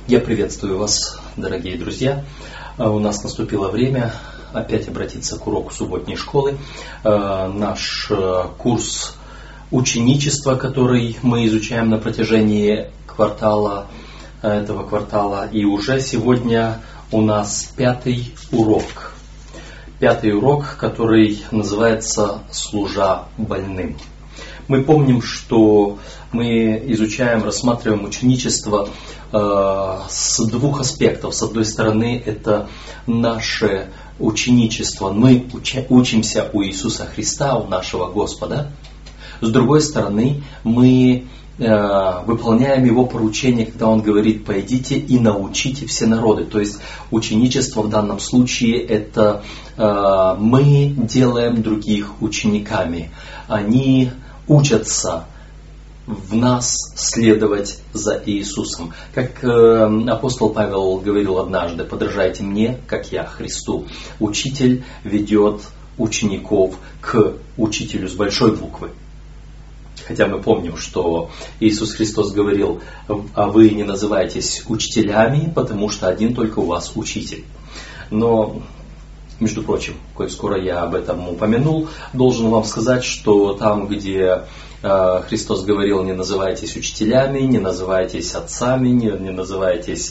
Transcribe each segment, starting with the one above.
Я приветствую вас, дорогие друзья. У нас наступило время опять обратиться к уроку субботней школы. Наш курс ученичества, который мы изучаем на протяжении этого квартала. И уже сегодня у нас пятый урок. Пятый урок, который называется «Служа больным». Мы помним, что мы изучаем, рассматриваем ученичество с двух аспектов. С одной стороны, это наше ученичество. Мы учимся у Иисуса Христа, у нашего Господа. С другой стороны, мы выполняем Его поручение, когда Он говорит: «Пойдите и научите все народы». То есть ученичество в данном случае это мы делаем других учениками. Они учатся в нас следовать за Иисусом. Как апостол Павел говорил однажды: «Подражайте мне, как я Христу». Учитель ведет учеников к учителю с большой буквы. Хотя мы помним, что Иисус Христос говорил: «А вы не называетесь учителями, потому что один только у вас учитель». Но, между прочим, коль скоро я об этом упомянул, должен вам сказать, что там, где Христос говорил: «Не называйтесь учителями, не называйтесь отцами, не называйтесь,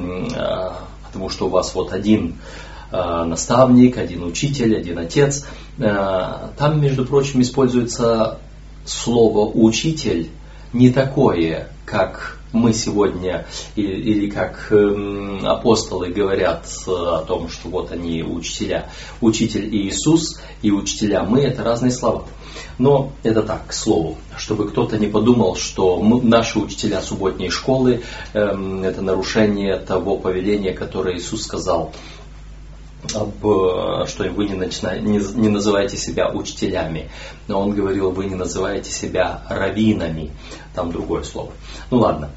потому что у вас вот один наставник, один учитель, один отец». Там, между прочим, используется слово «учитель» не такое, как мы сегодня, или как апостолы говорят о том, что вот они учителя. Учитель Иисус и учителя мы — это разные слова. Но это так, к слову, чтобы кто-то не подумал, что наши учителя субботней школы это нарушение того повеления, которое Иисус сказал, что вы не называете себя учителями. Но Он говорил: вы не называете себя раввинами. Там другое слово. Ну ладно.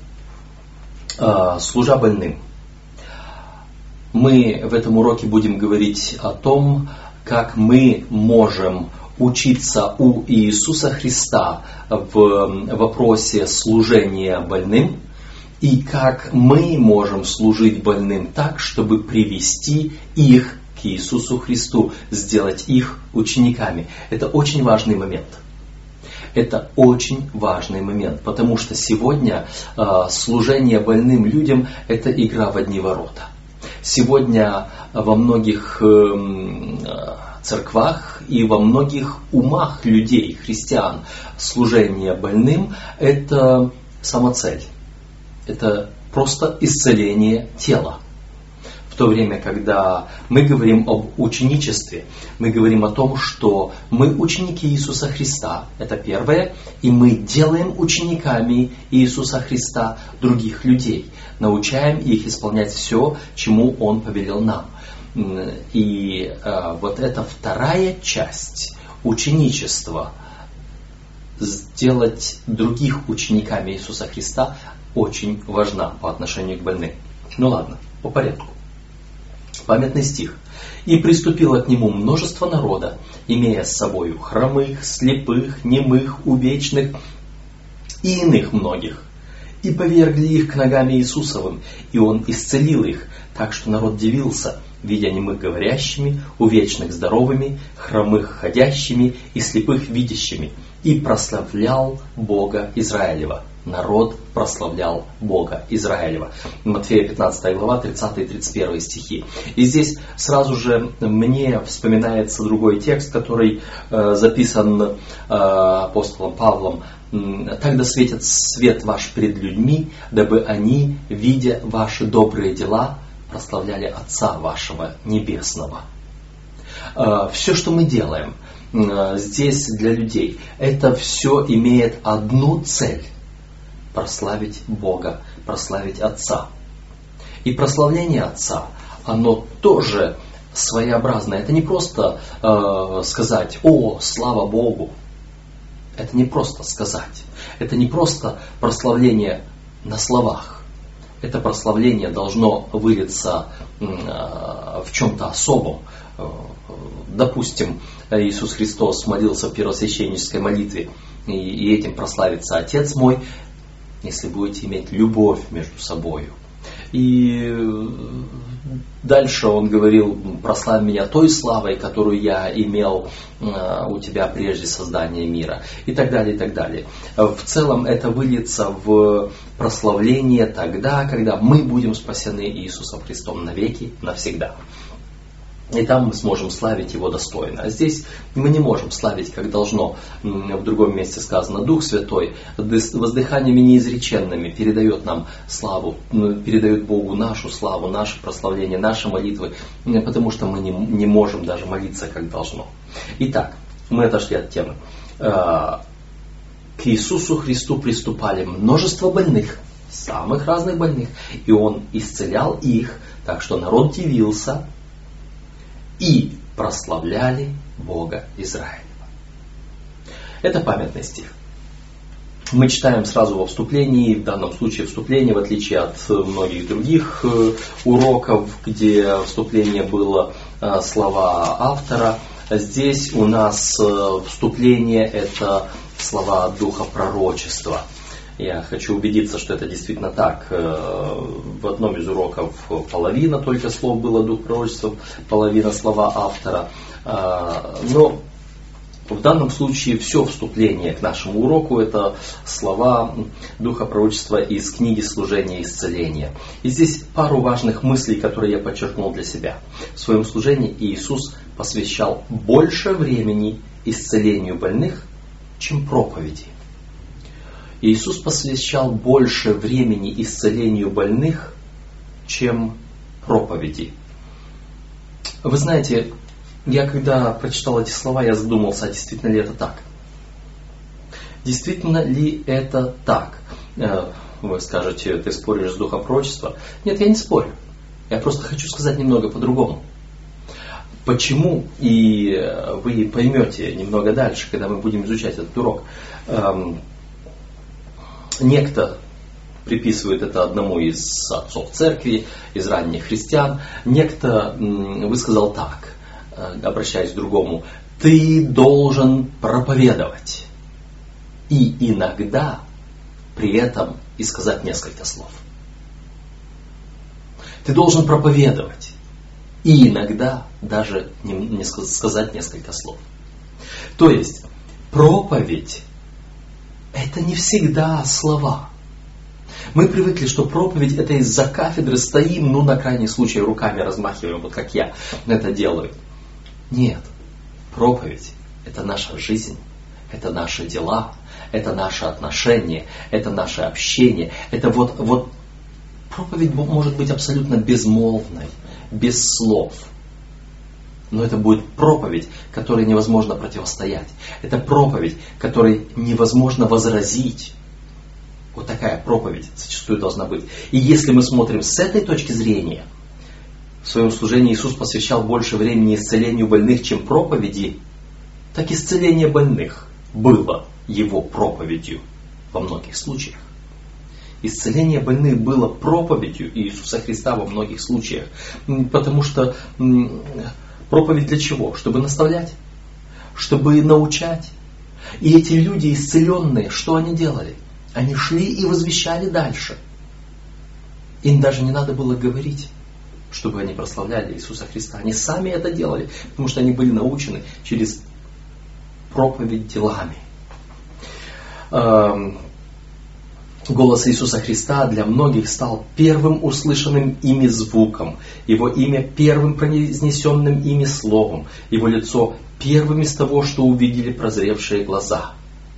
Служа больным. Мы в этом уроке будем говорить о том, как мы можем учиться у Иисуса Христа в вопросе служения больным, и как мы можем служить больным так, чтобы привести их к Иисусу Христу, сделать их учениками. Это очень важный момент. Это очень важный момент, потому что сегодня служение больным людям – это игра в одни ворота. Сегодня во многих церквах и во многих умах людей, христиан, служение больным – это самоцель. Это просто исцеление тела. В то время, когда мы говорим об ученичестве, мы говорим о том, что мы ученики Иисуса Христа, это первое, и мы делаем учениками Иисуса Христа других людей, научаем их исполнять все, чему Он повелел нам. И вот эта вторая часть ученичества, сделать других учениками Иисуса Христа, очень важна по отношению к больным. Ну ладно, по порядку. Памятный стих. «И приступило к нему множество народа, имея с собою хромых, слепых, немых, увечных и иных многих. И повергли их к ногам Иисусовым, и Он исцелил их, так что народ дивился, видя немых говорящими, увечных здоровыми, хромых ходящими и слепых видящими, и прославлял Бога Израилева». Народ прославлял Бога Израилева. Матфея 15 глава, 30 и 31 стихи. И здесь сразу же мне вспоминается другой текст, который записан апостолом Павлом. «Тогда светит свет ваш пред людьми, дабы они, видя ваши добрые дела, прославляли Отца вашего Небесного». Все, что мы делаем здесь для людей, это все имеет одну цель: прославить Бога, прославить Отца. И прославление Отца, оно тоже своеобразное. Это не просто сказать: «О, слава Богу». Это не просто сказать. Это не просто прославление на словах. Это прославление должно вылиться в чем-то особом. Допустим, Иисус Христос молился в первосвященнической молитве: «И этим прославится Отец мой, если будете иметь любовь между собою». И дальше он говорил: прославь меня той славой, которую я имел у тебя прежде создания мира. И так далее, и так далее. В целом это выльется в прославление тогда, когда мы будем спасены Иисусом Христом навеки, навсегда. И там мы сможем славить Его достойно. А здесь мы не можем славить, как должно. В другом месте сказано: Дух Святой воздыханиями неизреченными передает нам славу, передает Богу нашу славу, наше прославление, наши молитвы, потому что мы не можем даже молиться, как должно. Итак, мы отошли от темы. К Иисусу Христу приступали множество больных, самых разных больных, и Он исцелял их, так что народ дивился и прославляли Бога Израилева. Это памятный стих. Мы читаем сразу во вступлении, в данном случае вступление, в отличие от многих других уроков, где вступление было слова автора. Здесь у нас вступление — это слова духа пророчества. Я хочу убедиться, что это действительно так. В одном из уроков половина только слов было дух пророчества, половина слова автора. Но в данном случае все вступление к нашему уроку — это слова духа пророчества из книги «Служение и исцеление». И здесь пару важных мыслей, которые я подчеркнул для себя. В своем служении Иисус посвящал больше времени исцелению больных, чем проповеди. Иисус посвящал больше времени исцелению больных, чем проповеди. Вы знаете, я когда прочитал эти слова, я задумался, а действительно ли это так? Действительно ли это так? Вы скажете: ты споришь с духом пророчества? Нет, я не спорю. Я просто хочу сказать немного по-другому. Почему? И вы поймете немного дальше, когда мы будем изучать этот урок. Некто приписывает это одному из отцов церкви, из ранних христиан. Некто высказал так, обращаясь к другому: ты должен проповедовать и иногда при этом и сказать несколько слов. Ты должен проповедовать и иногда даже не сказать несколько слов. То есть проповедь — это не всегда слова. Мы привыкли, что проповедь — это из-за кафедры стоим, на крайний случай руками размахиваем, вот как я это делаю. Нет. Проповедь — это наша жизнь, это наши дела, это наши отношения, это наше общение. Это вот проповедь может быть абсолютно безмолвной, без слов. Но это будет проповедь, которой невозможно противостоять. Это проповедь, которой невозможно возразить. Вот такая проповедь зачастую должна быть. И если мы смотрим с этой точки зрения, в своем служении Иисус посвящал больше времени исцелению больных, чем проповеди, так исцеление больных было Его проповедью во многих случаях. Исцеление больных было проповедью Иисуса Христа во многих случаях. Потому что проповедь для чего? Чтобы наставлять, чтобы научать. И эти люди исцеленные, что они делали? Они шли и возвещали дальше. Им даже не надо было говорить, чтобы они прославляли Иисуса Христа. Они сами это делали, потому что они были научены через проповедь делами. Голос Иисуса Христа для многих стал первым услышанным ими звуком, Его имя первым произнесенным ими словом, Его лицо первым из того, что увидели прозревшие глаза.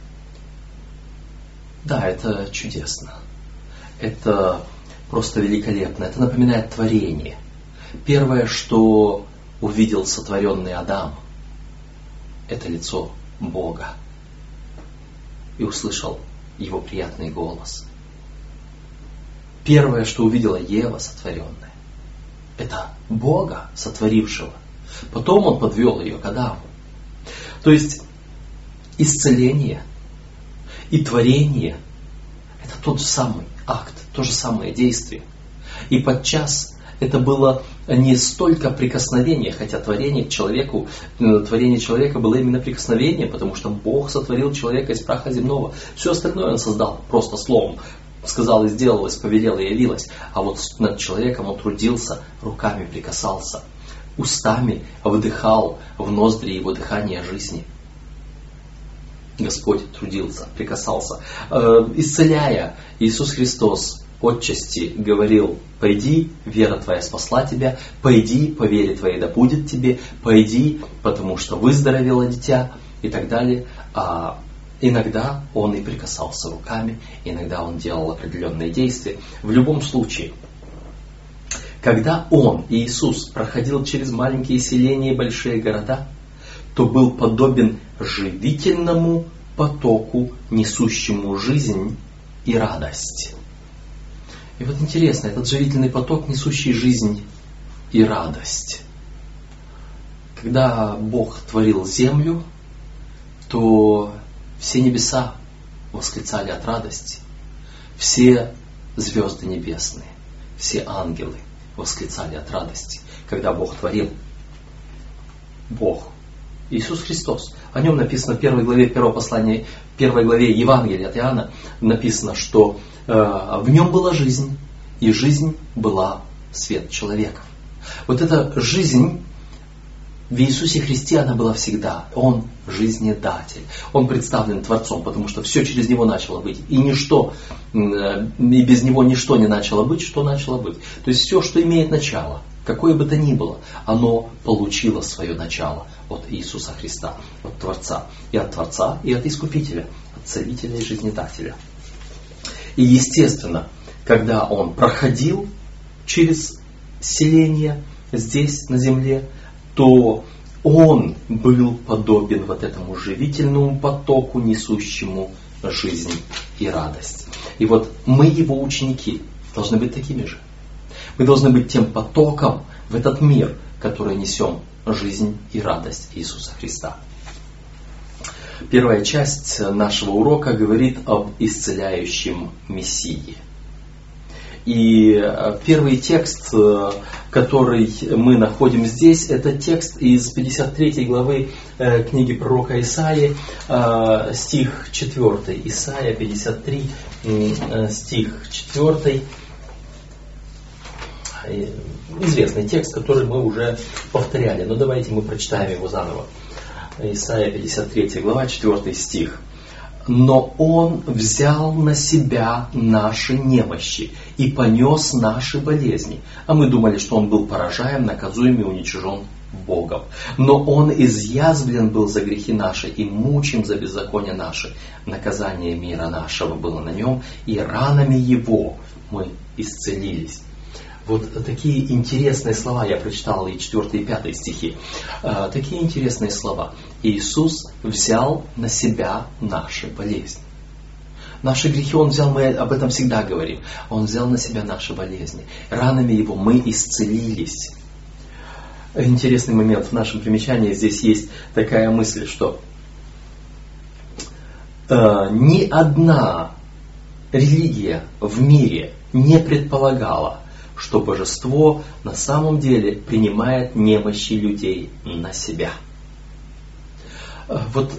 Да, это чудесно. Это просто великолепно. Это напоминает творение. Первое, что увидел сотворенный Адам, это лицо Бога. И услышал Его приятный голос. Первое, что увидела Ева сотворенная, это Бога, сотворившего. Потом Он подвел ее к Адаму. То есть исцеление и творение — это тот же самый акт, то же самое действие. И подчас это было не столько прикосновение, хотя творение человека было именно прикосновение, потому что Бог сотворил человека из праха земного. Все остальное Он создал просто словом. сказал и сделалось, повелел и явилось. А вот над человеком он трудился, руками прикасался, устами вдыхал в ноздри его дыхание жизни. Господь трудился, прикасался. Исцеляя, Иисус Христос отчасти говорил: пойди, вера твоя спасла тебя, пойди, по вере твоей да будет тебе, пойди, потому что выздоровело дитя, и так далее. А иногда он и прикасался руками, иногда он делал определенные действия. В любом случае, когда он, Иисус, проходил через маленькие селения и большие города, то был подобен живительному потоку, несущему жизнь и радость. И вот интересно, этот живительный поток, несущий жизнь и радость. Когда Бог творил землю, то все небеса восклицали от радости. Все звезды небесные, все ангелы восклицали от радости, когда Бог творил. Бог, Иисус Христос. О нем написано в 1 главе первого послания, 1 главе Евангелия от Иоанна, написано, что в нем была жизнь, и жизнь была свет человеков. Вот эта жизнь в Иисусе Христе, она была всегда. Он жизнедатель. Он представлен Творцом, потому что все через Него начало быть. И ничто, и без Него ничто не начало быть, что начало быть. То есть все, что имеет начало, какое бы то ни было, оно получило свое начало от Иисуса Христа, от Творца. И от Творца, и от Искупителя, от Целителя и Жизнедателя. И естественно, когда Он проходил через селение здесь, на земле, то Он был подобен вот этому живительному потоку, несущему жизнь и радость. И вот мы, Его ученики, должны быть такими же. Мы должны быть тем потоком в этот мир, который несем жизнь и радость Иисуса Христа. Первая часть нашего урока говорит об исцеляющем Мессии. И первый текст, который мы находим здесь, это текст из 53 главы книги пророка Исаии, стих 4. Исаия 53, стих 4. Известный текст, который мы уже повторяли, но давайте мы прочитаем его заново. Исаия 53 глава, 4 стих. «Но Он взял на себя наши немощи и понес наши болезни. А мы думали, что Он был поражаем, наказуем и уничижен Богом. Но Он изъязвлен был за грехи наши и мучим за беззакония наши. Наказание мира нашего было на Нем, и ранами Его мы исцелились». Вот такие интересные слова я прочитал, и 4 и 5 стихи. Такие интересные слова. Иисус взял на себя наши болезни. Наши грехи Он взял, мы об этом всегда говорим. Он взял на себя наши болезни. Ранами Его мы исцелились. Интересный момент в нашем примечании. Здесь есть такая мысль, что ни одна религия в мире не предполагала, что божество на самом деле принимает немощи людей на себя. Вот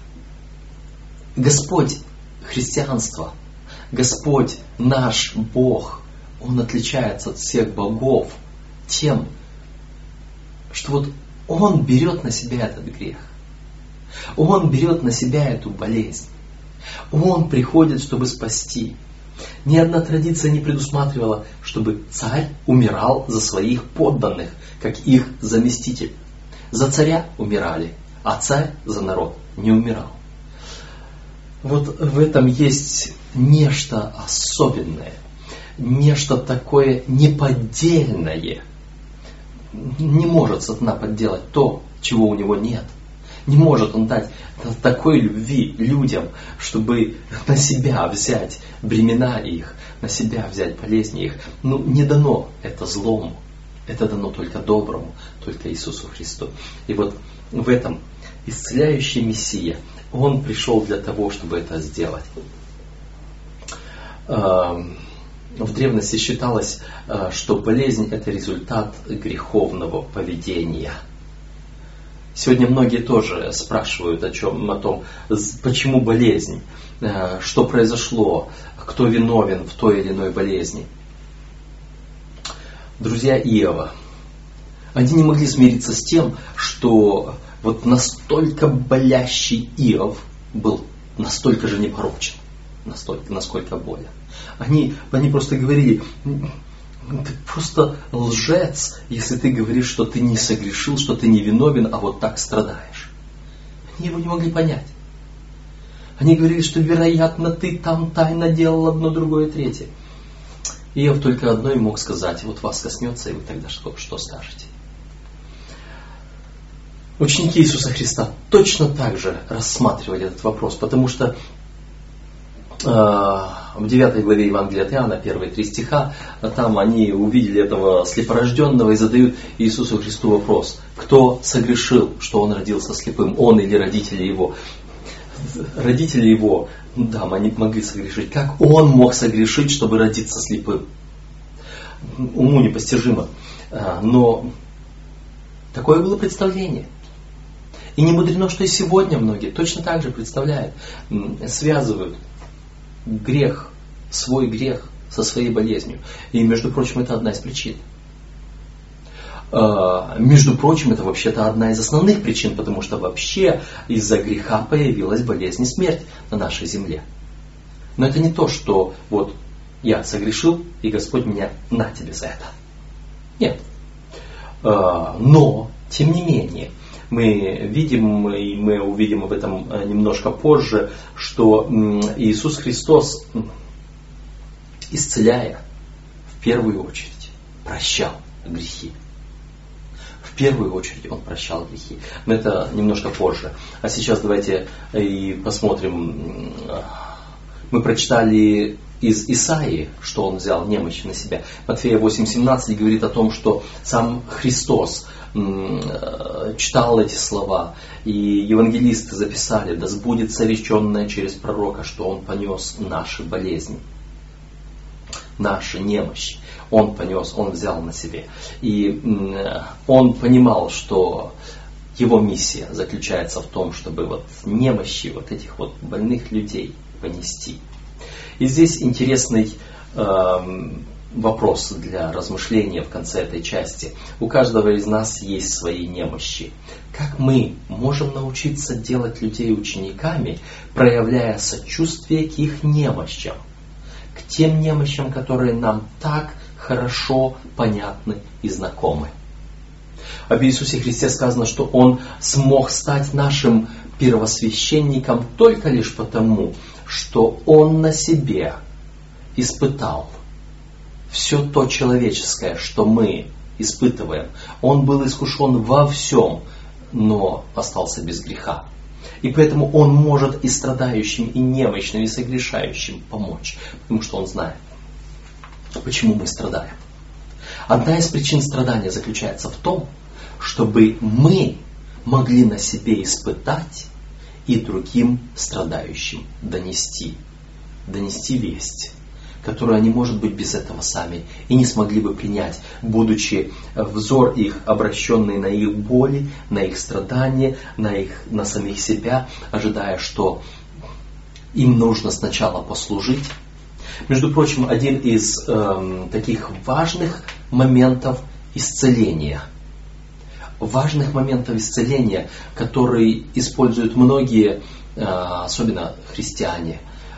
Господь христианства, Господь наш Бог, Он отличается от всех богов тем, что вот Он берет на себя этот грех. Он берет на себя эту болезнь. Он приходит, чтобы спасти. Ни одна традиция не предусматривала, чтобы царь умирал за своих подданных, как их заместитель. За царя умирали, а царь за народ не умирал. Вот в этом есть нечто особенное, нечто такое неподдельное. Не может сатана подделать то, чего у него нет. Не может он дать такой любви людям, чтобы на себя взять бремена их, на себя взять болезни их. Не дано это злому, это дано только доброму, только Иисусу Христу. И вот в этом исцеляющий Мессия, Он пришел для того, чтобы это сделать. В древности считалось, что болезнь – это результат греховного поведения. Сегодня многие тоже спрашивают о том, почему болезнь, что произошло, кто виновен в той или иной болезни. Друзья Иова, они не могли смириться с тем, что вот настолько болящий Иов был настолько же непорочен, насколько болен. Они просто говорили: ты просто лжец, если ты говоришь, что ты не согрешил, что ты не виновен, а вот так страдаешь. Они его не могли понять. Они говорили, что, вероятно, ты там тайно делал одно, другое, третье. Иов только одно и мог сказать: вот вас коснется, и вы тогда что скажете? Ученики Иисуса Христа точно так же рассматривали этот вопрос, потому что в 9 главе Евангелия от Иоанна, первые 3 стиха, там они увидели этого слепорожденного и задают Иисусу Христу вопрос: кто согрешил, что он родился слепым, он или родители его? Родители его, да, они могли согрешить. Как он мог согрешить, чтобы родиться слепым? Уму непостижимо. Но такое было представление. И не мудрено, что и сегодня многие точно так же представляют, связывают грех, свой грех со своей болезнью. И, между прочим, это одна из причин. Между прочим, это вообще-то одна из основных причин, потому что вообще из-за греха появилась болезнь и смерть на нашей земле. Но это не то, что вот я согрешил, и Господь меня на тебе за это. Нет. Но, тем не менее, мы видим, и мы увидим об этом немножко позже, что Иисус Христос, исцеляя, в первую очередь прощал грехи. В первую очередь Он прощал грехи. Но это немножко позже. А сейчас давайте и посмотрим. Мы прочитали из Исаии, что Он взял немощь на себя. Матфея 8:17 говорит о том, что сам Христос читал эти слова, и евангелисты записали: да сбудется реченное через пророка, что Он понес наши болезни, наши немощи. Он понес, Он взял на себе. И Он понимал, что Его миссия заключается в том, чтобы вот немощи вот этих вот больных людей понести. И здесь интересный вопрос для размышления в конце этой части. У каждого из нас есть свои немощи. Как мы можем научиться делать людей учениками, проявляя сочувствие к их немощам, к тем немощам, которые нам так хорошо понятны и знакомы? Об Иисусе Христе сказано, что Он смог стать нашим первосвященником только лишь потому, что Он на себе испытал все то человеческое, что мы испытываем. Он был искушен во всем, но остался без греха. И поэтому Он может и страдающим, и немощным, и согрешающим помочь, потому что Он знает, почему мы страдаем. Одна из причин страдания заключается в том, чтобы мы могли на себе испытать и другим страдающим донести весть, которую они, может быть, без этого сами и не смогли бы принять, будучи взор их обращенный на их боли, на их страдания, на самих себя, ожидая, что им нужно сначала послужить. Между прочим, один из таких важных моментов исцеления, которые используют многие, особенно христиане.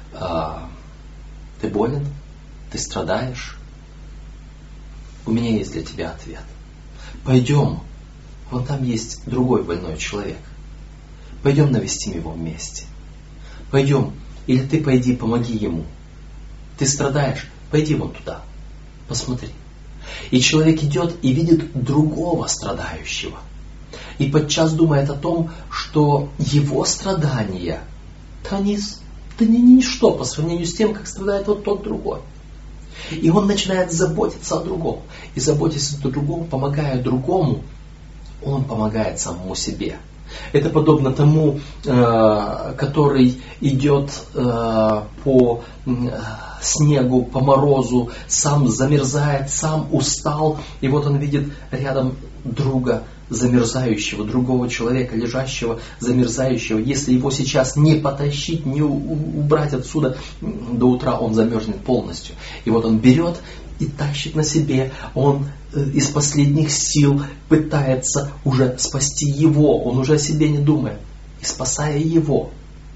Ты болен? Ты страдаешь? У меня есть для тебя ответ. Пойдем, вон там есть другой больной человек. Пойдем навестим его вместе. Пойдем, или ты пойди, помоги ему. Ты страдаешь? Пойди вон туда, посмотри. И человек идет и видит другого страдающего. И подчас думает о том, что его страдания, да ничто по сравнению с тем, как страдает вот тот другой. И он начинает заботиться о другом. И заботясь о другом, помогая другому, он помогает самому себе. Это подобно тому, который идет по снегу, по морозу, сам замерзает, сам устал, и вот он видит рядом друга, замерзающего, другого человека, лежащего, замерзающего, если его сейчас не потащить, не убрать отсюда, до утра он замерзнет полностью. И вот он берет и тащит на себе, он из последних сил пытается уже спасти его, он уже о себе не думает, и спасая его,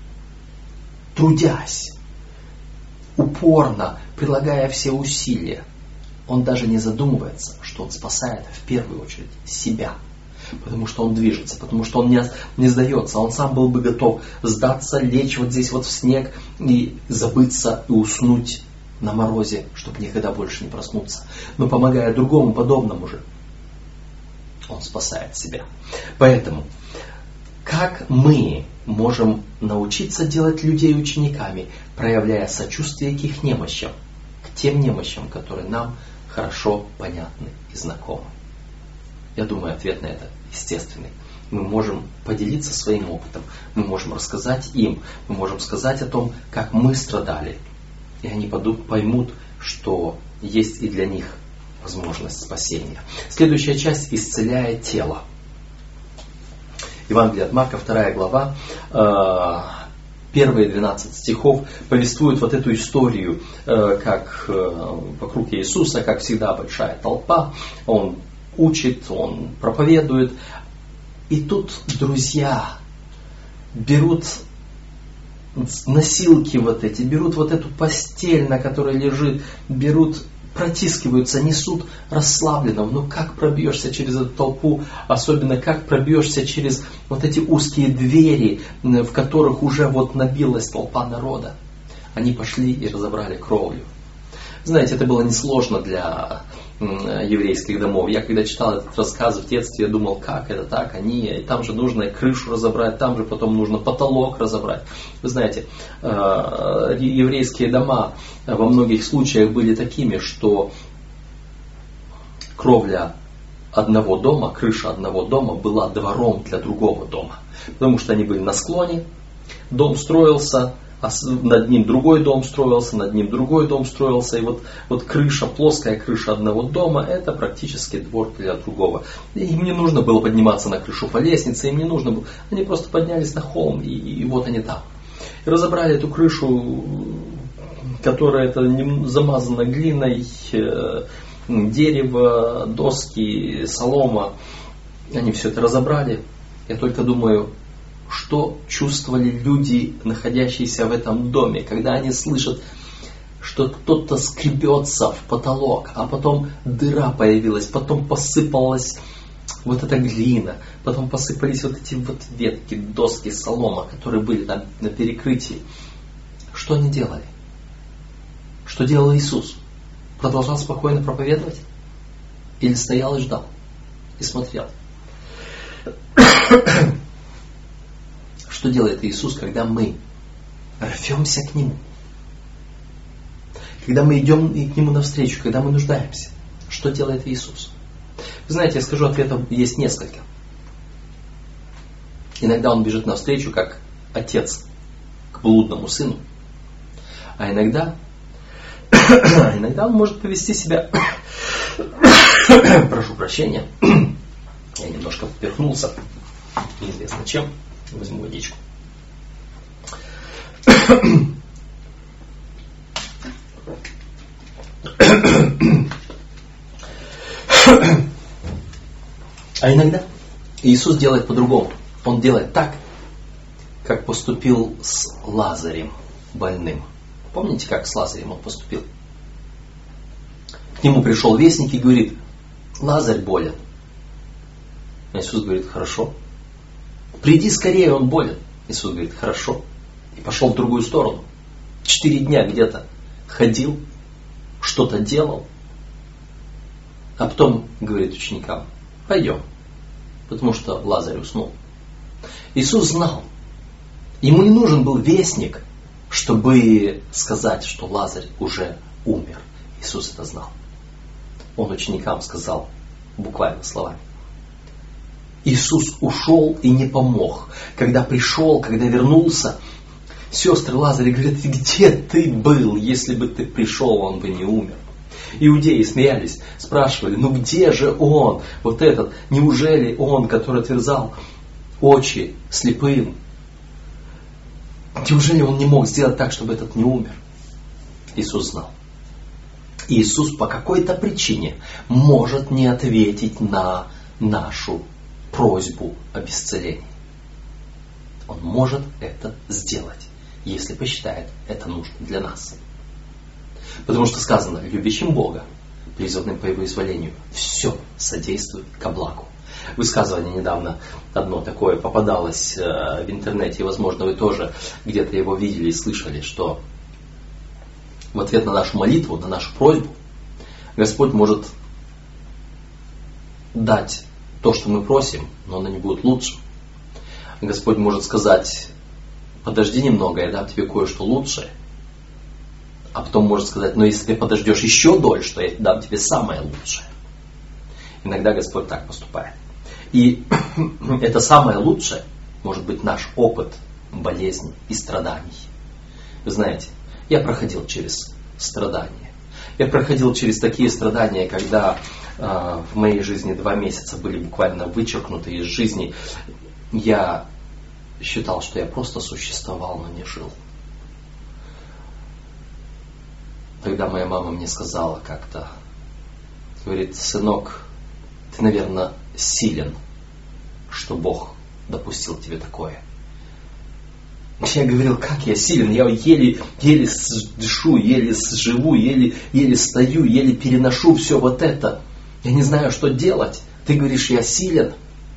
трудясь, упорно, прилагая все усилия, он даже не задумывается, что он спасает в первую очередь себя. Потому что он движется, потому что он не сдается. Он сам был бы готов сдаться, лечь вот здесь вот в снег и забыться и уснуть на морозе, чтобы никогда больше не проснуться. Но помогая другому подобному же, он спасает себя. Поэтому, как мы можем научиться делать людей учениками, проявляя сочувствие к их немощам, к тем немощам, которые нам хорошо понятны и знакомы? Я думаю, ответ на это естественный. Мы можем поделиться своим опытом, мы можем рассказать им, мы можем сказать о том, как мы страдали. И они поймут, что есть и для них возможность спасения. Следующая часть — исцеляя тело. Евангелие от Марка, 2 глава, первые 12 стихов повествуют вот эту историю, как вокруг Иисуса, как всегда, большая толпа, Он учит, Он проповедует. И тут друзья берут носилки вот эти, берут вот эту постель, на которой лежит, протискиваются, несут расслабленного. Ну как пробьешься через эту толпу, особенно как пробьешься через вот эти узкие двери, в которых уже вот набилась толпа народа. Они пошли и разобрали кровлю. Знаете, это было несложно для еврейских домов. Я когда читал этот рассказ в детстве, я думал, как это так, там же нужно крышу разобрать, там же потом нужно потолок разобрать. Вы знаете, еврейские дома во многих случаях были такими, что кровля одного дома, крыша одного дома была двором для другого дома. Потому что они были на склоне, дом строился, а над ним другой дом строился, над ним другой дом строился. И вот крыша, плоская крыша одного дома, это практически двор для другого. И им не нужно было подниматься на крышу по лестнице, им не нужно было. Они просто поднялись на холм, и вот они там. И разобрали эту крышу, которая замазана глиной, дерево, доски, солома. Они все это разобрали. Я только думаю, что чувствовали люди, находящиеся в этом доме, когда они слышат, что кто-то скребется в потолок, а потом дыра появилась, потом посыпалась вот эта глина, потом посыпались вот эти вот ветки, доски, солома, которые были там на перекрытии. Что они делали? Что делал Иисус? Продолжал спокойно проповедовать? Или стоял и ждал? И смотрел? Что делает Иисус, когда мы рвемся к Нему? Когда мы идем к Нему навстречу, когда мы нуждаемся? Что делает Иисус? Вы знаете, я скажу, ответов есть несколько. Иногда Он бежит навстречу, как отец к блудному сыну. А иногда Он может повести себя... Прошу прощения. Я немножко поперхнулся. Неизвестно чем. Возьму водичку. А иногда Иисус делает по-другому. Он делает так, как поступил с Лазарем больным. Помните, как с Лазарем Он поступил? К нему пришел вестник и говорит: Лазарь болен. Иисус говорит: хорошо. Приди скорее, он болен. Иисус говорит: хорошо. И пошел в другую сторону. 4 дня где-то ходил, что-то делал. А потом говорит ученикам: пойдем. Потому что Лазарь уснул. Иисус знал. Ему не нужен был вестник, чтобы сказать, что Лазарь уже умер. Иисус это знал. Он ученикам сказал буквально словами. Иисус ушел и не помог. Когда пришел, когда вернулся, сестры Лазаря говорят: где ты был? Если бы ты пришел, он бы не умер. Иудеи смеялись, спрашивали, ну где же он, вот этот, неужели он, который отверзал очи слепым, неужели он не мог сделать так, чтобы этот не умер? Иисус знал. Иисус по какой-то причине может не ответить на нашу просьбу об исцелении. Он может это сделать, если посчитает это нужным для нас. Потому что сказано, любящим Бога, призванным по Его изволению, все содействует ко благу. Высказывание недавно одно такое попадалось в интернете, и, возможно, вы тоже где-то его видели и слышали, что в ответ на нашу молитву, на нашу просьбу, Господь может дать то, что мы просим, но оно не будет лучше. Господь может сказать, подожди немного, я дам тебе кое-что лучшее. А потом может сказать, но если ты подождешь еще дольше, то я дам тебе самое лучшее. Иногда Господь так поступает. И это самое лучшее может быть наш опыт болезней и страданий. Вы знаете, я проходил через страдания. Я проходил через такие страдания, когда в моей жизни 2 месяца были буквально вычеркнуты из жизни. Я считал, что я просто существовал, но не жил. Тогда моя мама мне сказала как-то, говорит, сынок, ты, наверное, силен, что Бог допустил тебе такое. Я говорил, как я силен, я еле дышу, еле живу, еле стою, еле переношу все вот это. Я не знаю, что делать. Ты говоришь, я силен.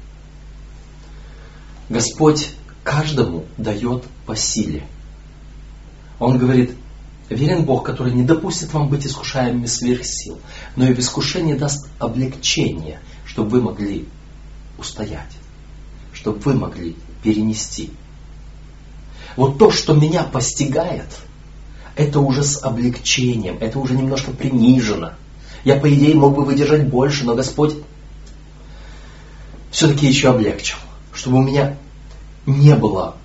Господь каждому дает по силе. Он говорит, верен Бог, который не допустит вам быть искушаемыми сверх сил, но и в искушении даст облегчение, чтобы вы могли устоять, чтобы вы могли перенести. Вот то, что меня постигает, это уже с облегчением, это уже немножко принижено. Я, по идее, мог бы выдержать больше, но Господь все-таки еще облегчил, чтобы у меня не было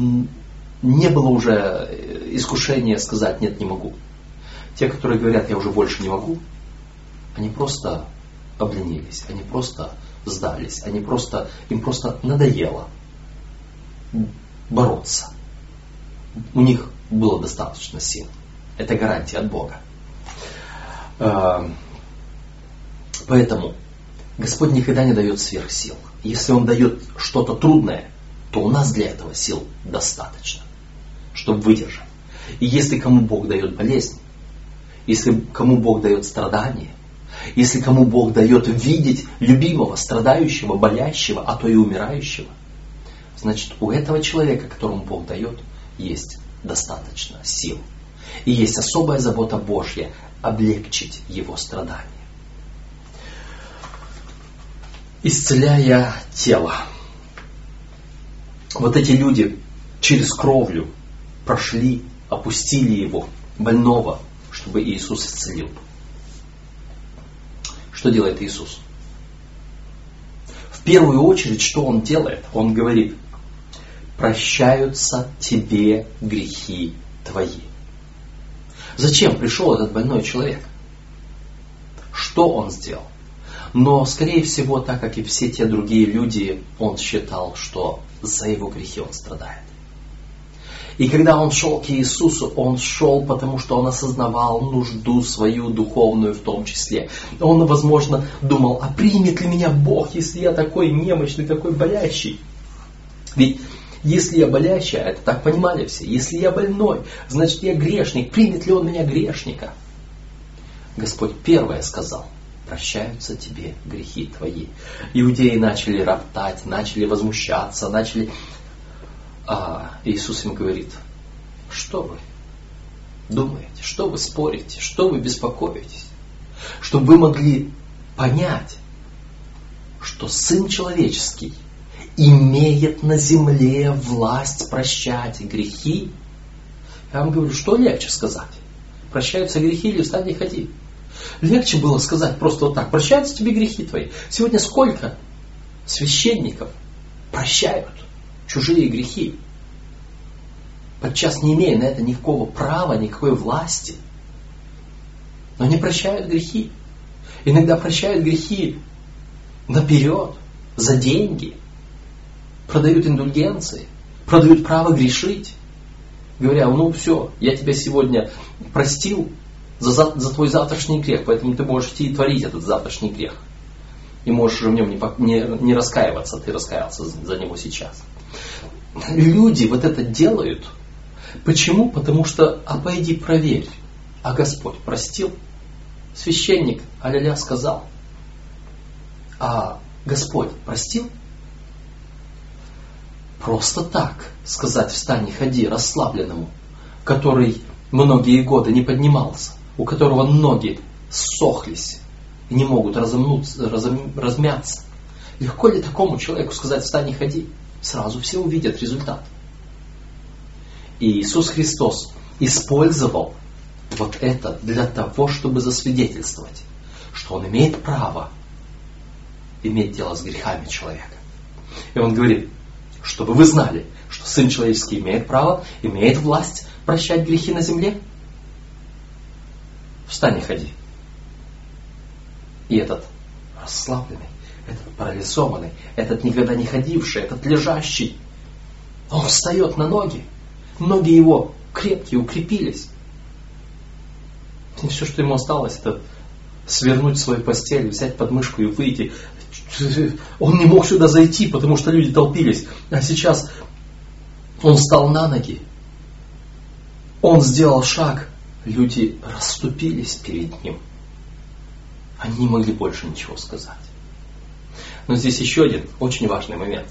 уже искушения сказать «нет, не могу». Те, которые говорят «я уже больше не могу», они просто обленились, они просто сдались, им просто надоело бороться. У них было достаточно сил. Это гарантия от Бога. Поэтому Господь никогда не дает сверхсил. Если Он дает что-то трудное, то у нас для этого сил достаточно, чтобы выдержать. И если кому Бог дает болезнь, если кому Бог дает страдания, если кому Бог дает видеть любимого, страдающего, болящего, а то и умирающего, значит, у этого человека, которому Бог дает, есть достаточно сил. И есть особая забота Божья облегчить его страдания. Исцеляя тело. Вот эти люди через кровлю прошли, опустили его, больного, чтобы Иисус исцелил. Что делает Иисус? В первую очередь, что Он делает? Он говорит, прощаются тебе грехи твои. Зачем пришел этот больной человек? Что он сделал? Но, скорее всего, так как и все те другие люди, он считал, что за его грехи он страдает. И когда он шел к Иисусу, он шел, потому что он осознавал нужду свою духовную в том числе. Он, возможно, думал, а примет ли меня Бог, если я такой немощный, такой болящий? Ведь если я болящий, а это так понимали все, если я больной, значит я грешник, примет ли Он меня грешника? Господь первое сказал, прощаются тебе грехи твои. Иудеи начали роптать, начали возмущаться, Иисус им говорит, что вы думаете, что вы спорите, что вы беспокоитесь? Чтобы вы могли понять, что Сын Человеческий имеет на земле власть прощать грехи. Я вам говорю, что легче сказать? Прощаются грехи или встань и ходи? Легче было сказать просто вот так, прощаются тебе грехи твои. Сегодня сколько священников прощают чужие грехи, подчас не имея на это никакого права, никакой власти. но не прощают грехи. Иногда прощают грехи наперед, за деньги. Продают индульгенции, продают право грешить. Говоря, ну все, я тебя сегодня простил за твой завтрашний грех, поэтому ты можешь идти и творить этот завтрашний грех. И можешь в нем не раскаиваться, ты раскаялся за него сейчас. Люди вот это делают. Почему? Потому что, пойди проверь, а Господь простил. Священник а-ля-ля сказал, а Господь простил? Просто так сказать встань и ходи расслабленному, который многие годы не поднимался, у которого ноги ссохлись и не могут размяться. Легко ли такому человеку сказать встань и ходи? Сразу все увидят результат. И Иисус Христос использовал вот это для того, чтобы засвидетельствовать, что Он имеет право иметь дело с грехами человека. И Он говорит, чтобы вы знали, что Сын Человеческий имеет право, имеет власть прощать грехи на земле. Встань и ходи. И этот расслабленный, этот парализованный, этот никогда не ходивший, этот лежащий, он встает на ноги. Ноги его крепкие, укрепились. И все, что ему осталось, это свернуть свою постель, взять подмышку и выйти. Он не мог сюда зайти, потому что люди толпились. А сейчас он встал на ноги. Он сделал шаг. Люди расступились перед ним. Они не могли больше ничего сказать. Но здесь еще один очень важный момент.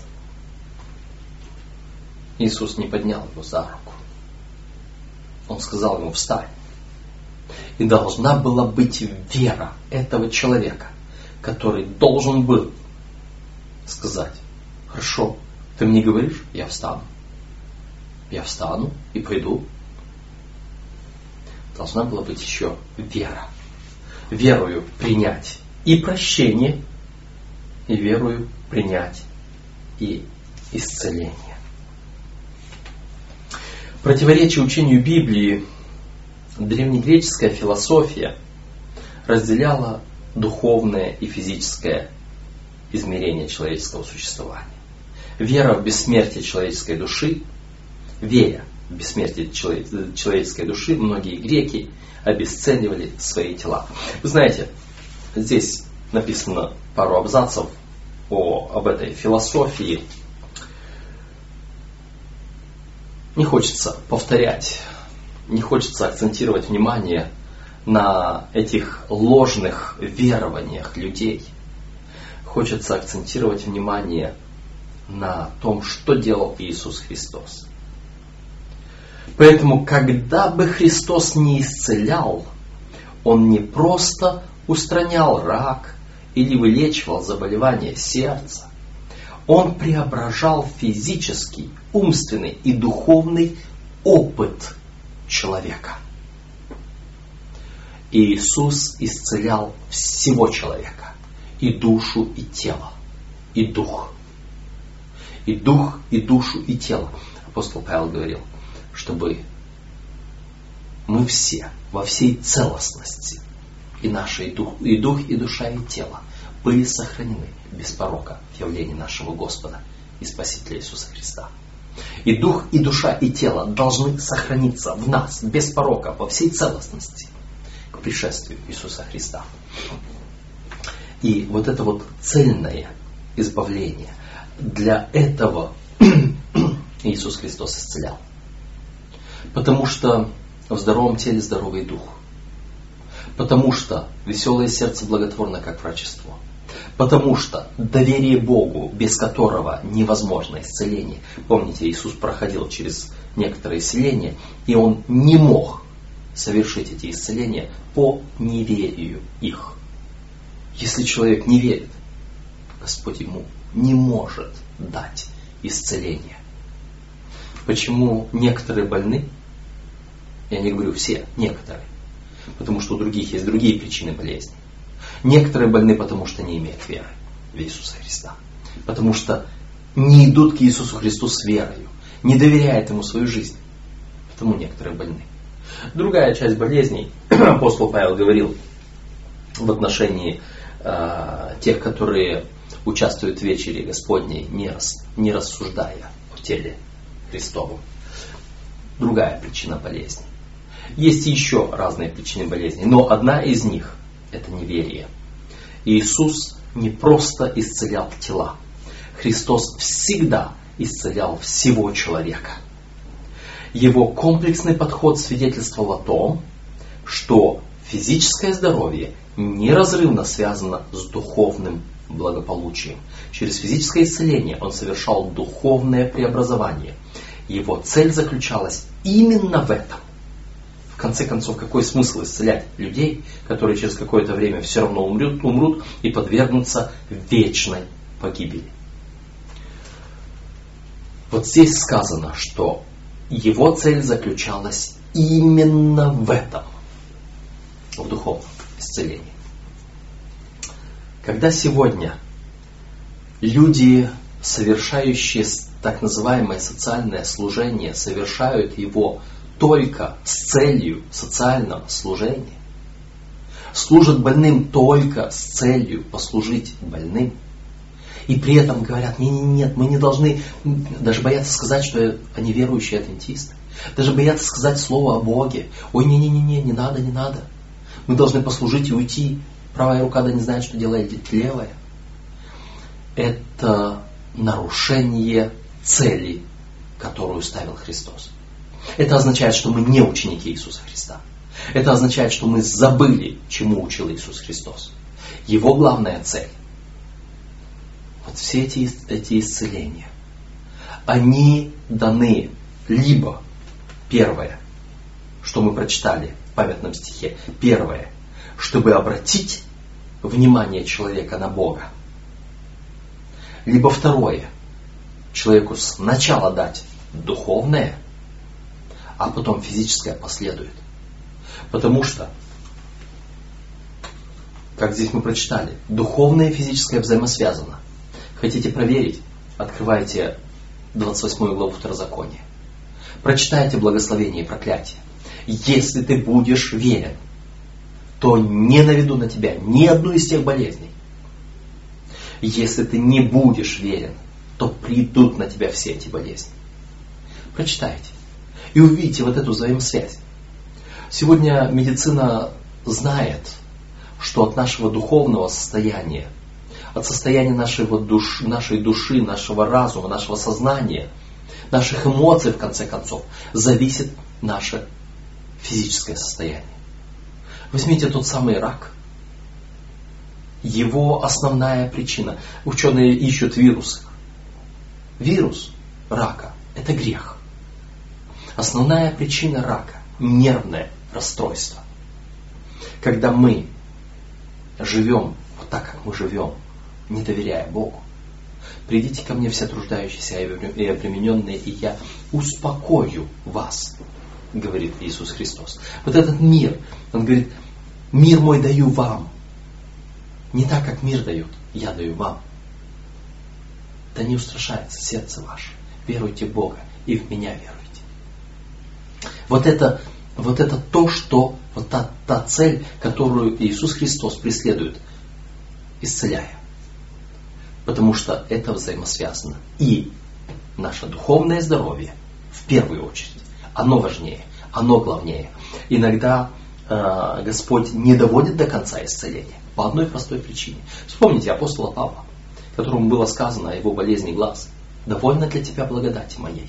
Иисус не поднял его за руку. Он сказал ему встань. И должна была быть вера этого человека, который должен был сказать, хорошо, ты мне говоришь, я встану. Я встану и пойду. Должна была быть еще вера. Верою принять и прощение, и верою принять и исцеление. Противоречие учению Библии, древнегреческая философия разделяла духовное и физическое измерение человеческого существования. Вера в бессмертие человеческой души, веря в бессмертие человеческой души, многие греки обесценивали свои тела. Вы знаете, здесь написано пару абзацев об этой философии. Не хочется повторять, не хочется акцентировать внимание на этих ложных верованиях людей. Хочется акцентировать внимание на том, что делал Иисус Христос. Поэтому, когда бы Христос не исцелял, Он не просто устранял рак или вылечивал заболевания сердца. Он преображал физический, умственный и духовный опыт человека. И Иисус исцелял всего человека. И душу, и тело. И дух. И дух, и душу, и тело. Апостол Павел говорил, чтобы мы все во всей целостности, и дух, и душа, и тело, были сохранены без порока в явлении нашего Господа и Спасителя Иисуса Христа. И дух, и душа, и тело должны сохраниться в нас без порока, во всей целостности к пришествию Иисуса Христа. И вот это вот цельное избавление, для этого Иисус Христос исцелял. Потому что в здоровом теле здоровый дух. Потому что веселое сердце благотворно, как врачество. Потому что доверие Богу, без которого невозможно исцеление. Помните, Иисус проходил через некоторые исцеления, и Он не мог совершить эти исцеления по неверию их. Если человек не верит, Господь ему не может дать исцеление. Почему некоторые больны? Я не говорю все, некоторые. Потому что у других есть другие причины болезни. Некоторые больны, потому что не имеют веры в Иисуса Христа. Потому что не идут к Иисусу Христу с верою, не доверяют Ему свою жизнь. Потому некоторые больны. Другая часть болезней, апостол Павел говорил в отношении тех, которые участвуют в вечере Господней, не рассуждая о теле Христовом. Другая причина болезни. Есть еще разные причины болезни, но одна из них – это неверие. Иисус не просто исцелял тела. Христос всегда исцелял всего человека. Его комплексный подход свидетельствовал о том, что физическое здоровье неразрывно связано с духовным благополучием. Через физическое исцеление он совершал духовное преобразование. Его цель заключалась именно в этом. В конце концов, какой смысл исцелять людей, которые через какое-то время все равно умрут и подвергнутся вечной погибели? Вот здесь сказано, что его цель заключалась именно в этом, в духовном исцелении. Когда сегодня люди, совершающие так называемое социальное служение, совершают его только с целью социального служения, служат больным только с целью послужить больным, и при этом говорят: нет, мы не должны, даже боятся сказать, что они верующие адвентисты, даже боятся сказать слово о Боге. Ой, не надо. Мы должны послужить и уйти. Правая рука да не знает, что делает левая. Это нарушение цели, которую ставил Христос. Это означает, что мы не ученики Иисуса Христа. Это означает, что мы забыли, чему учил Иисус Христос. Его главная цель. Вот все эти исцеления, они даны либо, первое, что мы прочитали в памятном стихе, первое, чтобы обратить внимание человека на Бога. Либо второе, человеку сначала дать духовное, а потом физическое последует. Потому что, как здесь мы прочитали, духовное и физическое взаимосвязано. Хотите проверить? Открывайте 28 главу Второзакония. Прочитайте благословение и проклятие. Если ты будешь верен, то не наведу на тебя ни одну из тех болезней. Если ты не будешь верен, то придут на тебя все эти болезни. Прочитайте. И увидите вот эту взаимосвязь. Сегодня медицина знает, что от нашего духовного состояния, от состояния нашей души, нашего разума, нашего сознания, наших эмоций, в конце концов, зависит наше физическое состояние. Возьмите тот самый рак. Его основная причина. Ученые ищут вирусы. Вирус рака – это грех. Основная причина рака – нервное расстройство. Когда мы живем вот так, как мы живем, не доверяя Богу, придите ко мне все труждающиеся и обремененные, и я успокою вас, говорит Иисус Христос. Вот этот мир, Он говорит: мир мой даю вам. Не так, как мир дает, я даю вам. Да не устрашается сердце ваше. Веруйте в Бога и в меня веруйте. Вот это то, что, вот та цель, которую Иисус Христос преследует, исцеляя. Потому что это взаимосвязано. И наше духовное здоровье, в первую очередь, оно важнее, оно главнее. Иногда Господь не доводит до конца исцеления по одной простой причине. Вспомните апостола Павла, которому было сказано о его болезни глаз: «Довольно для тебя благодати моей».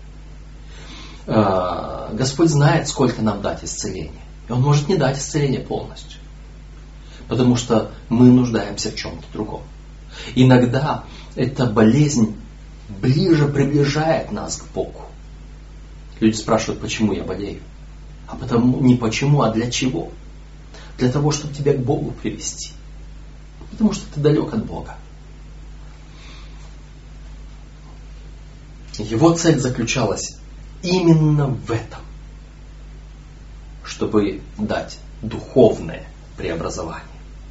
Господь знает, сколько нам дать исцеления. И Он может не дать исцеление полностью. Потому что мы нуждаемся в чем-то другом. Иногда эта болезнь ближе приближает нас к Богу. Люди спрашивают: почему я болею? А потому не почему, а для чего? Для того, чтобы тебя к Богу привести. Потому что ты далек от Бога. Его цель заключалась именно в этом, чтобы дать духовное преобразование.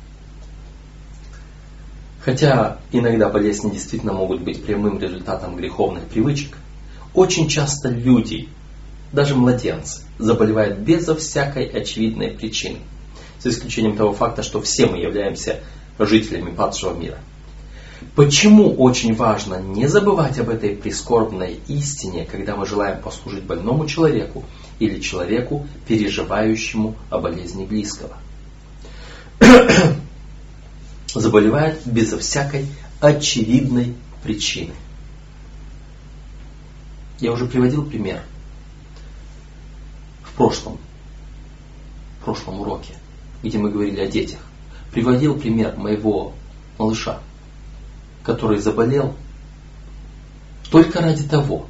Хотя иногда болезни действительно могут быть прямым результатом греховных привычек, очень часто люди даже младенцы, заболевают безо всякой очевидной причины. За исключением того факта, что все мы являемся жителями падшего мира. Почему очень важно не забывать об этой прискорбной истине, когда мы желаем послужить больному человеку или человеку, переживающему о болезни близкого? Заболевает безо всякой очевидной причины. Я уже приводил пример в прошлом уроке, где мы говорили о детях. Приводил пример моего малыша, который заболел только ради того,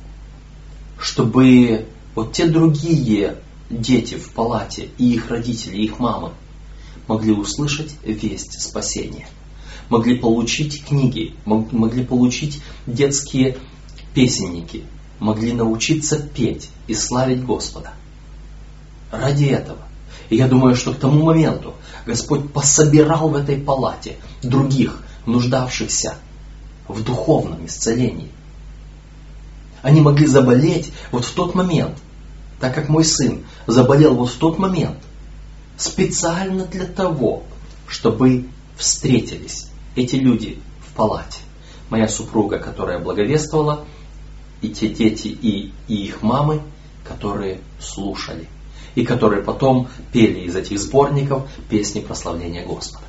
чтобы вот те другие дети в палате и их родители, и их мамы могли услышать весть спасения, могли получить книги, могли получить детские песенники, могли научиться петь и славить Господа. Ради этого. И я думаю, что к тому моменту Господь пособирал в этой палате других, нуждавшихся в духовном исцелении. Они могли заболеть вот в тот момент, так как мой сын заболел вот в тот момент, специально для того, чтобы встретились эти люди в палате. Моя супруга, которая благовествовала, и те дети, и их мамы, которые слушали, и которые потом пели из этих сборников песни прославления Господа.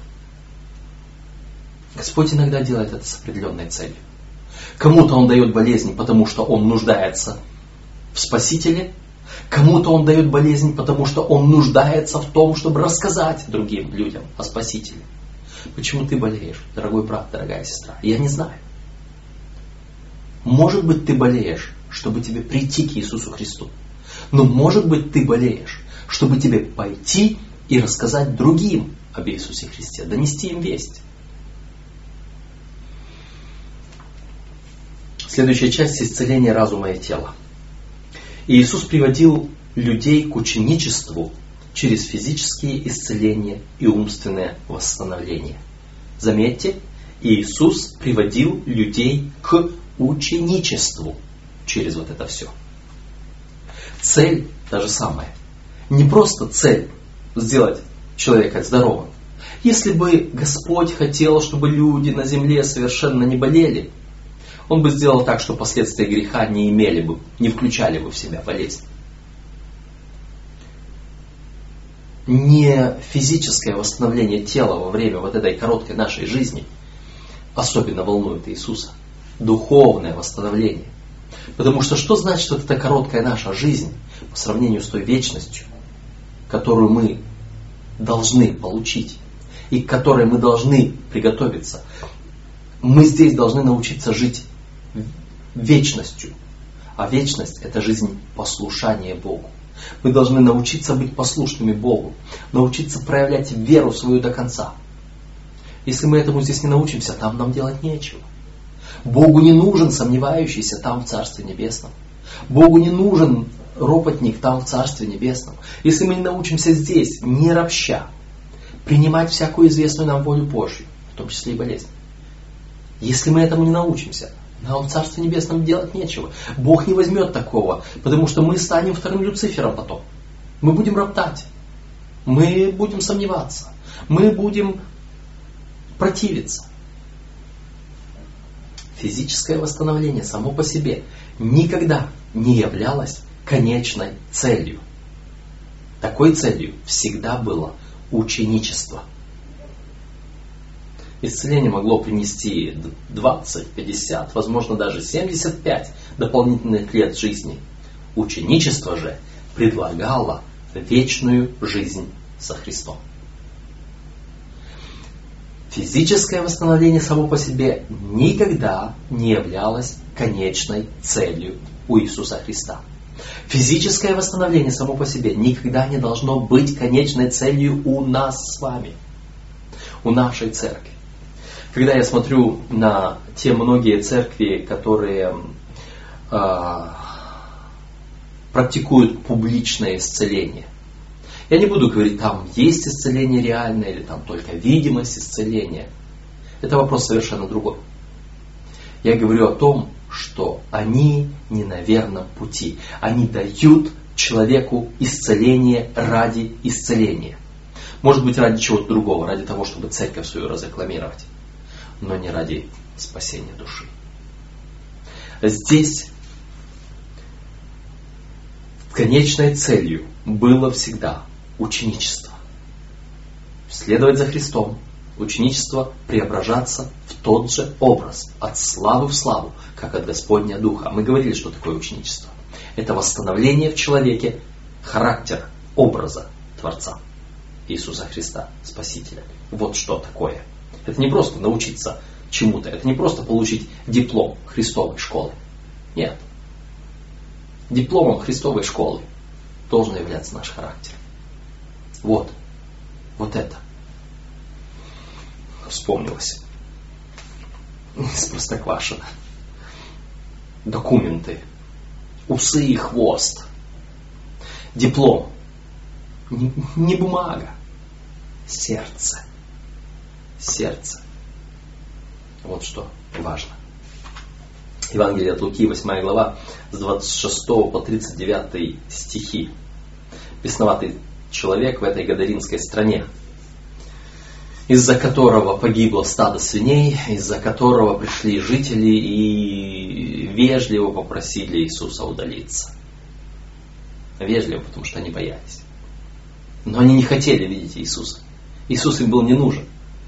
Господь иногда делает это с определенной целью. Кому-то Он дает болезнь, потому что Он нуждается в Спасителе. Кому-то Он дает болезнь, потому что Он нуждается в том, чтобы рассказать другим людям о Спасителе. Почему ты болеешь, дорогой брат, дорогая сестра? Я не знаю. Может быть, ты болеешь, чтобы тебе прийти к Иисусу Христу. Но может быть, ты болеешь, чтобы тебе пойти и рассказать другим об Иисусе Христе, донести им весть. Следующая часть — исцеление разума и тела. И Иисус приводил людей к ученичеству через физические исцеления и умственное восстановление. Заметьте, Иисус приводил людей к ученичеству через вот это все. Цель та же самая. Не просто цель сделать человека здоровым. Если бы Господь хотел, чтобы люди на земле совершенно не болели, Он бы сделал так, что последствия греха не имели бы, не включали бы в себя болезнь. Не физическое восстановление тела во время вот этой короткой нашей жизни особенно волнует Иисуса. Духовное восстановление. Потому что что значит вот эта короткая наша жизнь по сравнению с той вечностью, которую мы должны получить и к которой мы должны приготовиться? Мы здесь должны научиться жить вечностью. А вечность — это жизнь послушания Богу. Мы должны научиться быть послушными Богу, научиться проявлять веру свою до конца. Если мы этому здесь не научимся, там нам делать нечего. Богу не нужен сомневающийся там в Царстве Небесном. Богу не нужен ропотник там в Царстве Небесном. Если мы не научимся здесь, не ропща, принимать всякую известную нам волю Божью, в том числе и болезнь. Если мы этому не научимся, нам в Царстве Небесном делать нечего. Бог не возьмет такого, потому что мы станем вторым Люцифером потом. Мы будем роптать, мы будем сомневаться, мы будем противиться. Физическое восстановление само по себе никогда не являлось конечной целью. Такой целью всегда было ученичество. Исцеление могло принести 20, 50, возможно даже 75 дополнительных лет жизни. Ученичество же предлагало вечную жизнь со Христом. Физическое восстановление само по себе никогда не являлось конечной целью у Иисуса Христа. Физическое восстановление само по себе никогда не должно быть конечной целью у нас с вами, у нашей церкви. Когда я смотрю на те многие церкви, которые практикуют публичное исцеление, я не буду говорить, там есть исцеление реальное или там только видимость исцеления. Это вопрос совершенно другой. Я говорю о том, что они не на верном пути. Они дают человеку исцеление ради исцеления. Может быть, ради чего-то другого, ради того, чтобы церковь свою разрекламировать, но не ради спасения души. Здесь конечной целью было всегда ученичество. Следовать за Христом, ученичество преображаться в тот же образ, от славы в славу, как от Господня Духа. Мы говорили, что такое ученичество. Это восстановление в человеке характера, образа Творца Иисуса Христа, Спасителя. Вот что такое. Это не просто научиться чему-то, это не просто получить диплом Христовой школы. Нет. Дипломом Христовой школы должен являться наш характер. Вот это. Вспомнилось. Из Простоквашино. Документы. Усы и хвост. Диплом. Не бумага. Сердце. Сердце. Вот что важно. Евангелие от Луки, 8 глава, с 26 по 39 стихи. Бесноватый человек в этой гадаринской стране, из-за которого погибло стадо свиней, из-за которого пришли жители и вежливо попросили Иисуса удалиться. Вежливо, потому что они боялись. Но они не хотели видеть Иисуса. Иисус им был не нужен.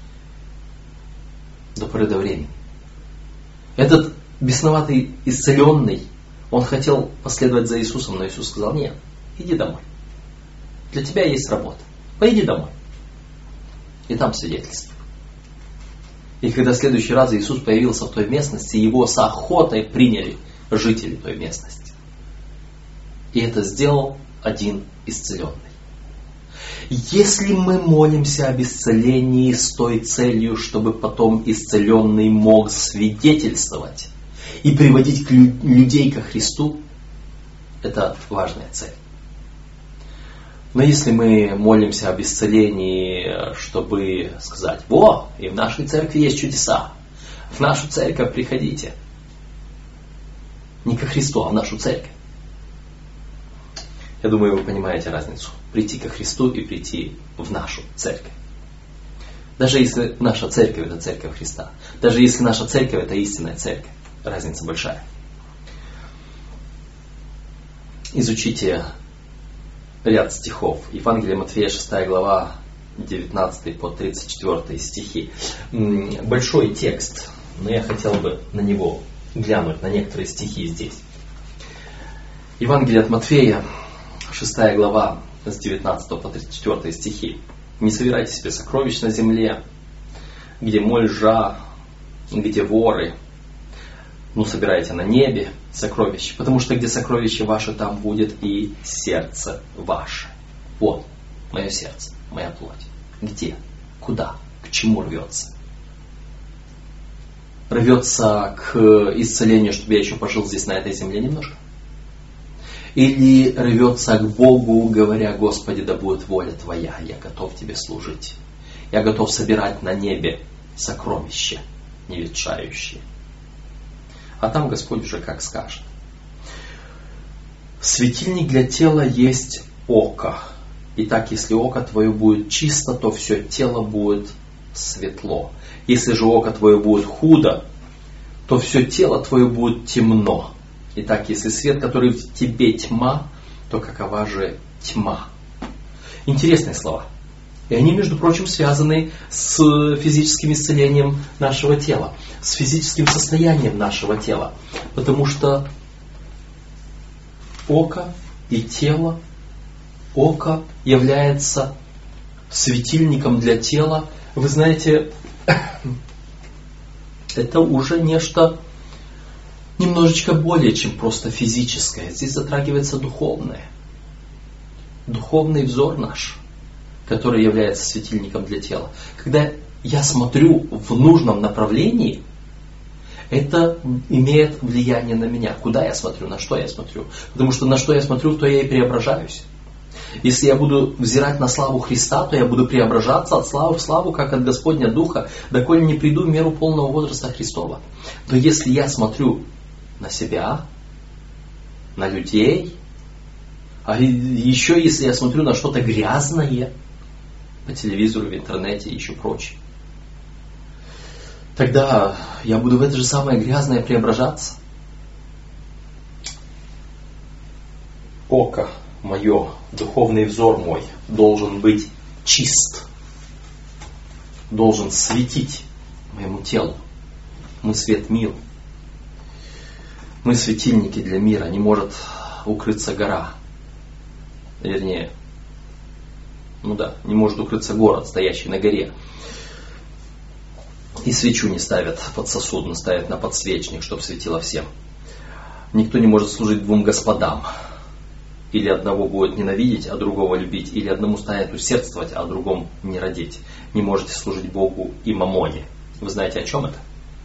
До поры до времени. Этот бесноватый исцеленный, он хотел последовать за Иисусом, но Иисус сказал: нет, иди домой. Для тебя есть работа. Пойди домой. И там свидетельство. И когда в следующий раз Иисус появился в той местности, его с охотой приняли жители той местности. И это сделал один исцеленный. Если мы молимся об исцелении с той целью, чтобы потом исцеленный мог свидетельствовать и приводить людей ко Христу, это важная цель. Но если мы молимся об исцелении, чтобы сказать: во, и в нашей церкви есть чудеса, в нашу церковь приходите. Не ко Христу, а в нашу церковь. Я думаю, вы понимаете разницу. Прийти ко Христу и прийти в нашу церковь. Даже если наша церковь — это церковь Христа. Даже если наша церковь — это истинная церковь. Разница большая. Изучите ряд стихов. Евангелие Матфея, 6 глава, 19 по 34 стихи. Большой текст, но я хотел бы на него глянуть, на некоторые стихи здесь. Евангелие от Матфея, 6 глава, с 19 по 34 стихи. «Не собирайте себе сокровищ на земле, где моль, ржа, где воры, но собирайте на небе сокровища, потому что где сокровище ваше, там будет и сердце ваше». Вот мое сердце, моя плоть. Где? Куда? К чему рвется? Рвется к исцелению, чтобы я еще пожил здесь на этой земле немножко? Или рвется к Богу, говоря: Господи, да будет воля Твоя, я готов Тебе служить. Я готов собирать на небе сокровища неветшающие. А там Господь уже как скажет. Светильник для тела есть око. Итак, если око твое будет чисто, то все тело будет светло. Если же око твое будет худо, то все тело твое будет темно. Итак, если свет, который в тебе тьма, то какова же тьма? Интересные слова. И они, между прочим, связаны с физическим исцелением нашего тела, с физическим состоянием нашего тела. Потому что око и тело, око является светильником для тела. Вы знаете, это уже нечто немножечко более, чем просто физическое. Здесь затрагивается духовное. Духовный взор наш, который является светильником для тела. Когда я смотрю в нужном направлении, это имеет влияние на меня. Куда я смотрю, на что я смотрю. Потому что на что я смотрю, то я и преображаюсь. Если я буду взирать на славу Христа, то я буду преображаться от славы в славу, как от Господня Духа, доколе не приду в меру полного возраста Христова. Но если я смотрю на себя, на людей. А еще если я смотрю на что-то грязное по телевизору, в интернете и еще прочее, тогда я буду в это же самое грязное преображаться. Око мое, духовный взор мой должен быть чист, должен светить моему телу. Мы свет миру. Мы светильники для мира. Не может укрыться гора. Вернее, не может укрыться город, стоящий на горе. И свечу не ставят под сосуд, но ставят на подсвечник, чтобы светило всем. Никто не может служить двум господам. Или одного будет ненавидеть, а другого любить. Или одному станет усердствовать, а другому не родить. Не можете служить Богу и мамоне. Вы знаете, о чем это?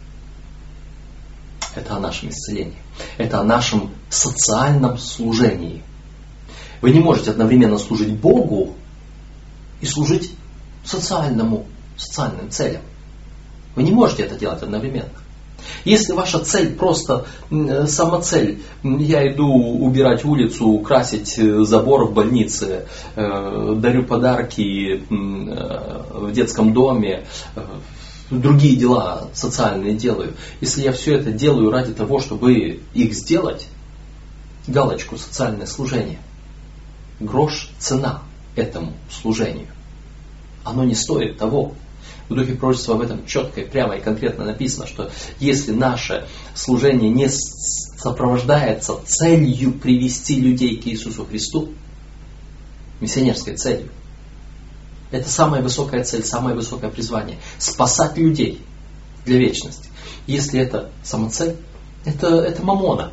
Это о нашем исцелении. Это о нашем социальном служении. Вы не можете одновременно служить Богу и служить социальным целям. Вы не можете это делать одновременно. Если ваша цель просто самоцель, я иду убирать улицу, красить забор в больнице, дарю подарки в детском доме, другие дела социальные делаю. Если я все это делаю ради того, чтобы их сделать, галочку социальное служение, грош цена этому служению. Оно не стоит того. В Духе пророчества об этом четко и прямо и конкретно написано, что если наше служение не сопровождается целью привести людей к Иисусу Христу, миссионерской целью, это самая высокая цель, самое высокое призвание. Спасать людей для вечности. Если это самоцель, это мамона.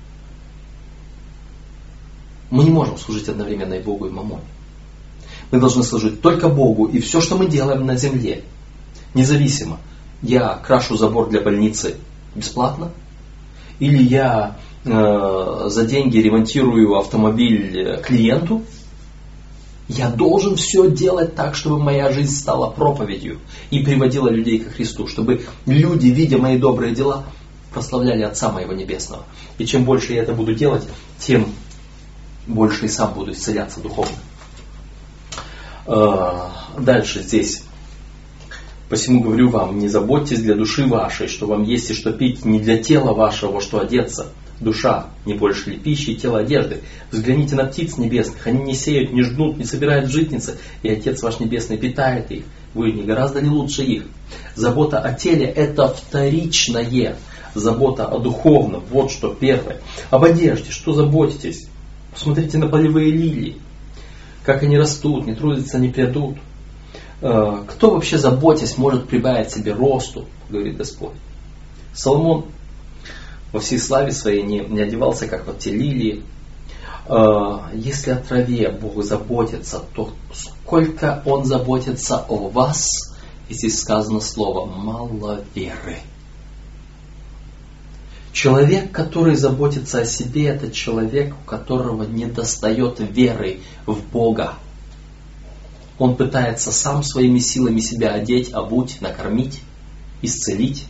Мы не можем служить одновременно и Богу, и мамоне. Мы должны служить только Богу, и все, что мы делаем на земле, независимо, я крашу забор для больницы бесплатно, или я за деньги ремонтирую автомобиль клиенту, я должен все делать так, чтобы моя жизнь стала проповедью и приводила людей ко Христу, чтобы люди, видя мои добрые дела, прославляли Отца моего Небесного. И чем больше я это буду делать, тем больше и сам буду исцеляться духовно. Дальше здесь. Посему говорю вам, не заботьтесь для души вашей, что вам есть и что пить, не для тела вашего, во что одеться. Душа не больше ли пищи, тело одежды. Взгляните на птиц небесных, они не сеют, не жнут, не собирают в житницы, и Отец ваш Небесный питает их. Вы не гораздо ли лучше их? Забота о теле – это вторичное. Забота о духовном – вот что первое. Об одежде, что заботитесь? Посмотрите на полевые лилии. Как они растут, не трудятся, не прядут. Кто вообще, заботясь, может прибавить себе росту, говорит Господь. Соломон во всей славе своей не одевался, как вот те лилии. Если о траве Бог заботится, то сколько Он заботится о вас, и здесь сказано слово «мало веры». Человек, который заботится о себе, это человек, у которого недостает веры в Бога. Он пытается сам своими силами себя одеть, обуть, накормить, исцелить.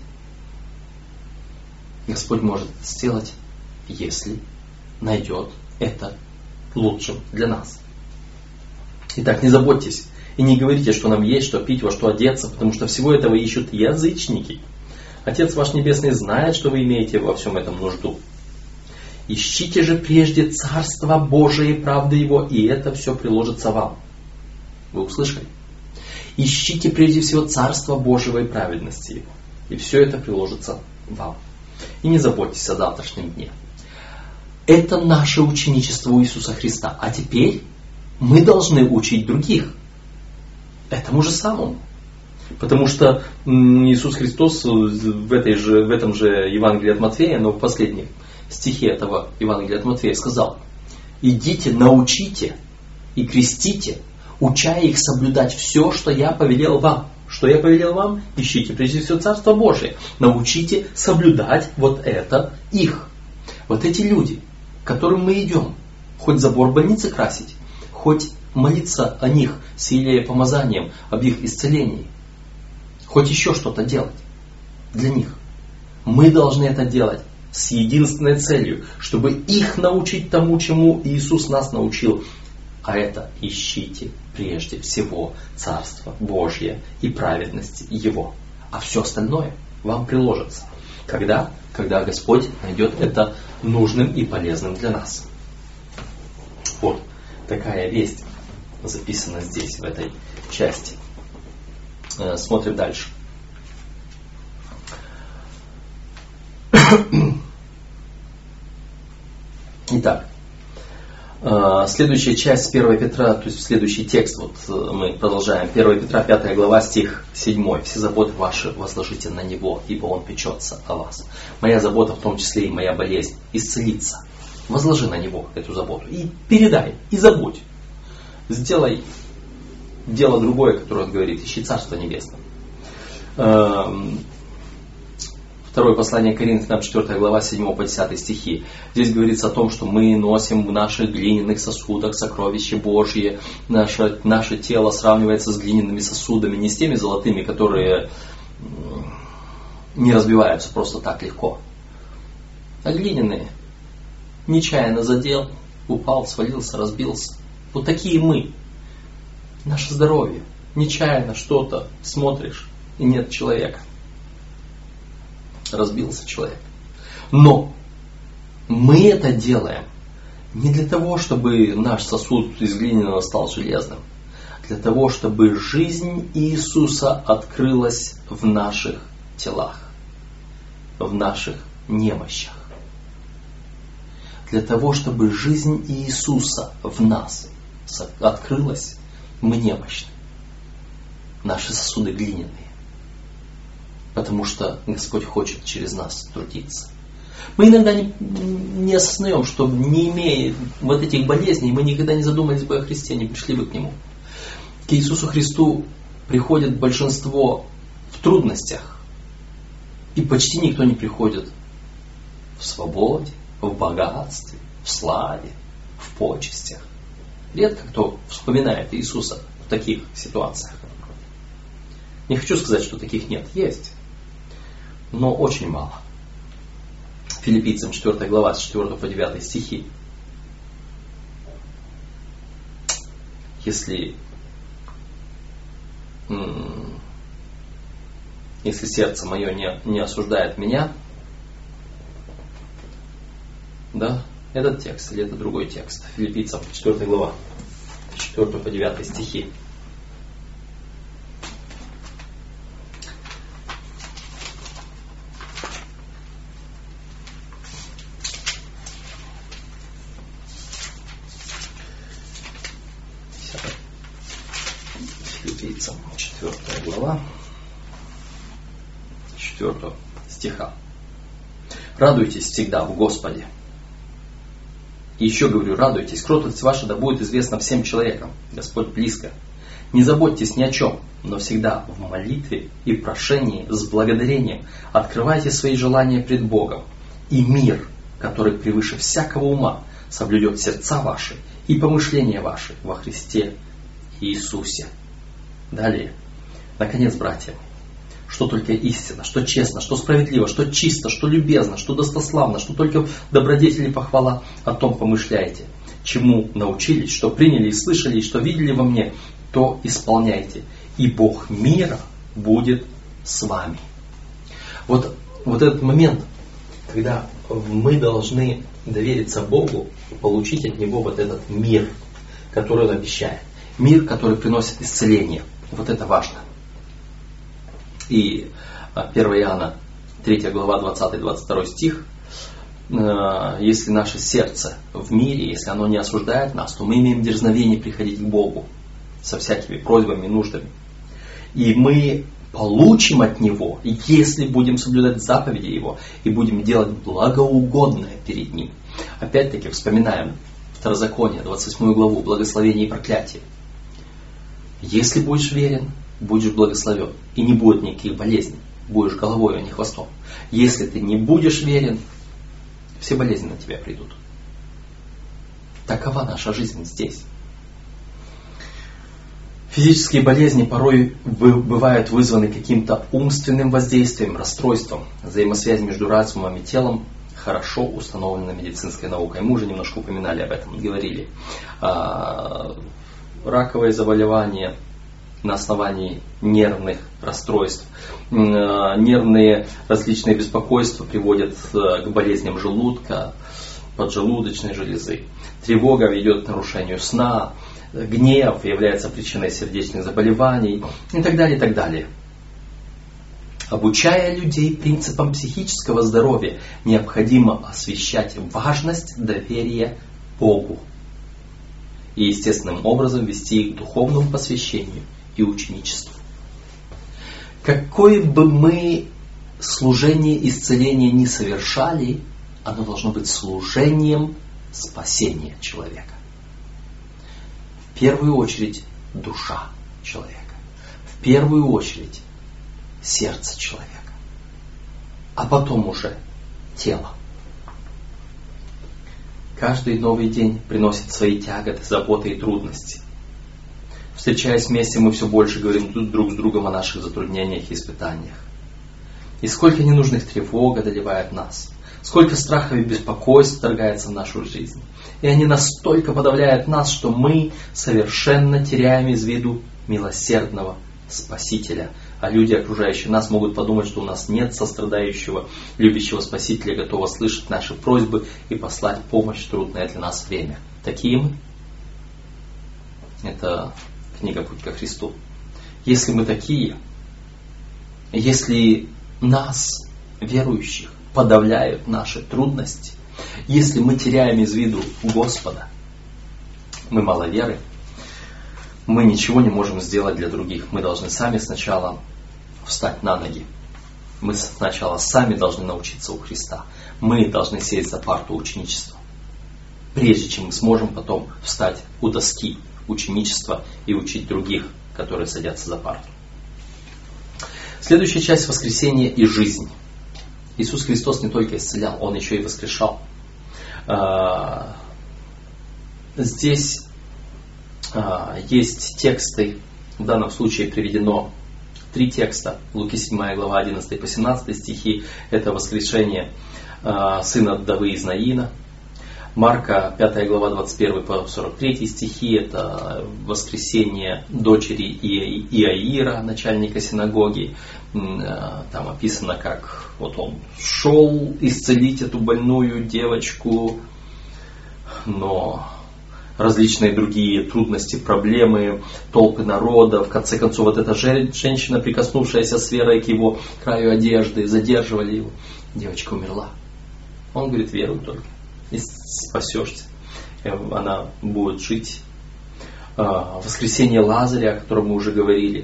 Господь может это сделать, если найдет это лучшим для нас. Итак, не заботьтесь и не говорите, что нам есть, что пить, во что одеться, потому что всего этого ищут язычники. Отец ваш Небесный знает, что вы имеете во всем этом нужду. Ищите же прежде Царство Божие и правды Его, и это все приложится вам. Вы услышали? Ищите прежде всего Царство Божьего и праведности Его, и все это приложится вам. И не заботьтесь о завтрашнем дне. Это наше ученичество у Иисуса Христа. А теперь мы должны учить других этому же самому. Потому что Иисус Христос в этом же Евангелии от Матфея, но в последнем стихе этого Евангелия от Матфея сказал: «Идите, научите и крестите, уча их соблюдать все, что я повелел вам». Что я повелел вам? Ищите прежде всего Царство Божие. Научите соблюдать вот это их. Вот эти люди, к которым мы идем, хоть забор больницы красить, хоть молиться о них с елея помазанием, об их исцелении, хоть еще что-то делать для них. Мы должны это делать с единственной целью, чтобы их научить тому, чему Иисус нас научил. А это ищите прежде всего Царство Божье и праведность Его. А все остальное вам приложится. Когда? Когда Господь найдет это нужным и полезным для нас. Вот такая весть записана здесь, в этой части. Смотрим дальше. Итак, следующая часть с 1 Петра, то есть следующий текст, вот мы продолжаем. 1 Петра, 5 глава, стих 7. «Все заботы ваши возложите на Него, ибо Он печется о вас». Моя забота, в том числе и моя болезнь, исцелиться. Возложи на Него эту заботу и передай, и забудь. Сделай дело другое, которое Он говорит, ищи Царство Небесное. Второе послание Коринфянам, 4 глава, 7 по 10 стихи. Здесь говорится о том, что мы носим в наших глиняных сосудах сокровища Божьи. Наше тело сравнивается с глиняными сосудами, не с теми золотыми, которые не разбиваются просто так легко, а глиняные. Нечаянно задел, упал, свалился, разбился. Вот такие мы. Наше здоровье. Нечаянно что-то смотришь, и нет человека. Разбился человек. Но мы это делаем не для того, чтобы наш сосуд из глиняного стал железным. Для того, чтобы жизнь Иисуса открылась в наших телах, в наших немощах. Для того, чтобы жизнь Иисуса в нас открылась, мы немощны. Наши сосуды глиняные. Потому что Господь хочет через нас трудиться. Мы иногда не осознаем, что не имея вот этих болезней, мы никогда не задумались бы о Христе, не пришли бы к Нему. К Иисусу Христу приходит большинство в трудностях. И почти никто не приходит в свободе, в богатстве, в славе, в почестях. Редко кто вспоминает Иисуса в таких ситуациях. Не хочу сказать, что таких нет. Есть. Но очень мало. Филиппийцам 4 глава, с 4 по 9 стихи. Если сердце мое не осуждает меня, да, этот текст или это другой текст. Филиппийцам 4 глава, 4 по 9 стихи. Филиппийцам 4 глава, 4 стиха. «Радуйтесь всегда в Господе». И еще говорю, радуйтесь, кротость ваша да будет известна всем человекам. Господь близко. Не заботьтесь ни о чем, но всегда в молитве и прошении с благодарением открывайте свои желания пред Богом. И мир, который превыше всякого ума, соблюдет сердца ваши и помышления ваши во Христе Иисусе. Далее. Наконец, братья, что только истинно, что честно, что справедливо, что чисто, что любезно, что достославно, что только добродетели и похвала, о том помышляйте. Чему научились, что приняли и слышали, и что видели во мне, то исполняйте. И Бог мира будет с вами. Вот этот момент, когда мы должны довериться Богу и получить от Него вот этот мир, который Он обещает. Мир, который приносит исцеление. Вот это важно. И 1 Иоанна 3 глава 20-22 стих. Если наше сердце в мире, если оно не осуждает нас, то мы имеем дерзновение приходить к Богу со всякими просьбами и нуждами. И мы получим от Него, если будем соблюдать заповеди Его и будем делать благоугодное перед Ним. Опять-таки вспоминаем Второзаконие, 28 главу, благословение и проклятие. Если будешь верен, будешь благословен, и не будет никаких болезней. Будешь головой, а не хвостом. Если ты не будешь верен, все болезни на тебя придут. Такова наша жизнь здесь. Физические болезни порой бывают вызваны каким-то умственным воздействием, расстройством. Взаимосвязь между разумом и телом хорошо установлена медицинской наукой. Мы уже немножко упоминали об этом, говорили. Раковые заболевания на основании нервных расстройств, нервные различные беспокойства приводят к болезням желудка, поджелудочной железы. Тревога ведет к нарушению сна, гнев является причиной сердечных заболеваний и так далее, и так далее. Обучая людей принципам психического здоровья, необходимо освещать важность доверия Богу и естественным образом вести их к духовному посвящению и ученичеству. Какое бы мы служение исцеления ни совершали, оно должно быть служением спасения человека. В первую очередь душа человека. В первую очередь сердце человека. А потом уже тело. Каждый новый день приносит свои тяготы, заботы и трудности. Встречаясь вместе, мы все больше говорим друг с другом о наших затруднениях и испытаниях. И сколько ненужных тревог одолевает нас, сколько страхов и беспокойств вторгается в нашу жизнь. И они настолько подавляют нас, что мы совершенно теряем из виду милосердного Спасителя. А люди, окружающие нас, могут подумать, что у нас нет сострадающего, любящего Спасителя, готового слышать наши просьбы и послать помощь в трудное для нас время. Такие мы. Это книга «Путь ко Христу». Если мы такие, если нас, верующих, подавляют наши трудности, если мы теряем из виду Господа, мы маловеры, мы ничего не можем сделать для других. Мы должны сами сначала встать на ноги. Мы сначала сами должны научиться у Христа. Мы должны сесть за парту ученичества, прежде чем мы сможем потом встать у доски ученичества и учить других, которые садятся за парту. Следующая часть — воскресение и жизнь. Иисус Христос не только исцелял, Он еще и воскрешал. Здесь есть тексты, в данном случае приведено 3 текста. Луки 7 глава 11 по 17 стихи. Это воскрешение сына вдовы из Наина. Марка 5 глава 21 по 43 стихи. Это воскресение дочери Иаира, начальника синагоги. Там описано, как вот он шел исцелить эту больную девочку, но различные другие трудности, проблемы, толпы народа. В конце концов, вот эта женщина, прикоснувшаяся с верой к его краю одежды, задерживали его. Девочка умерла. Он говорит: веруй только, и спасешься. Она будет жить. Воскресение Лазаря, о котором мы уже говорили.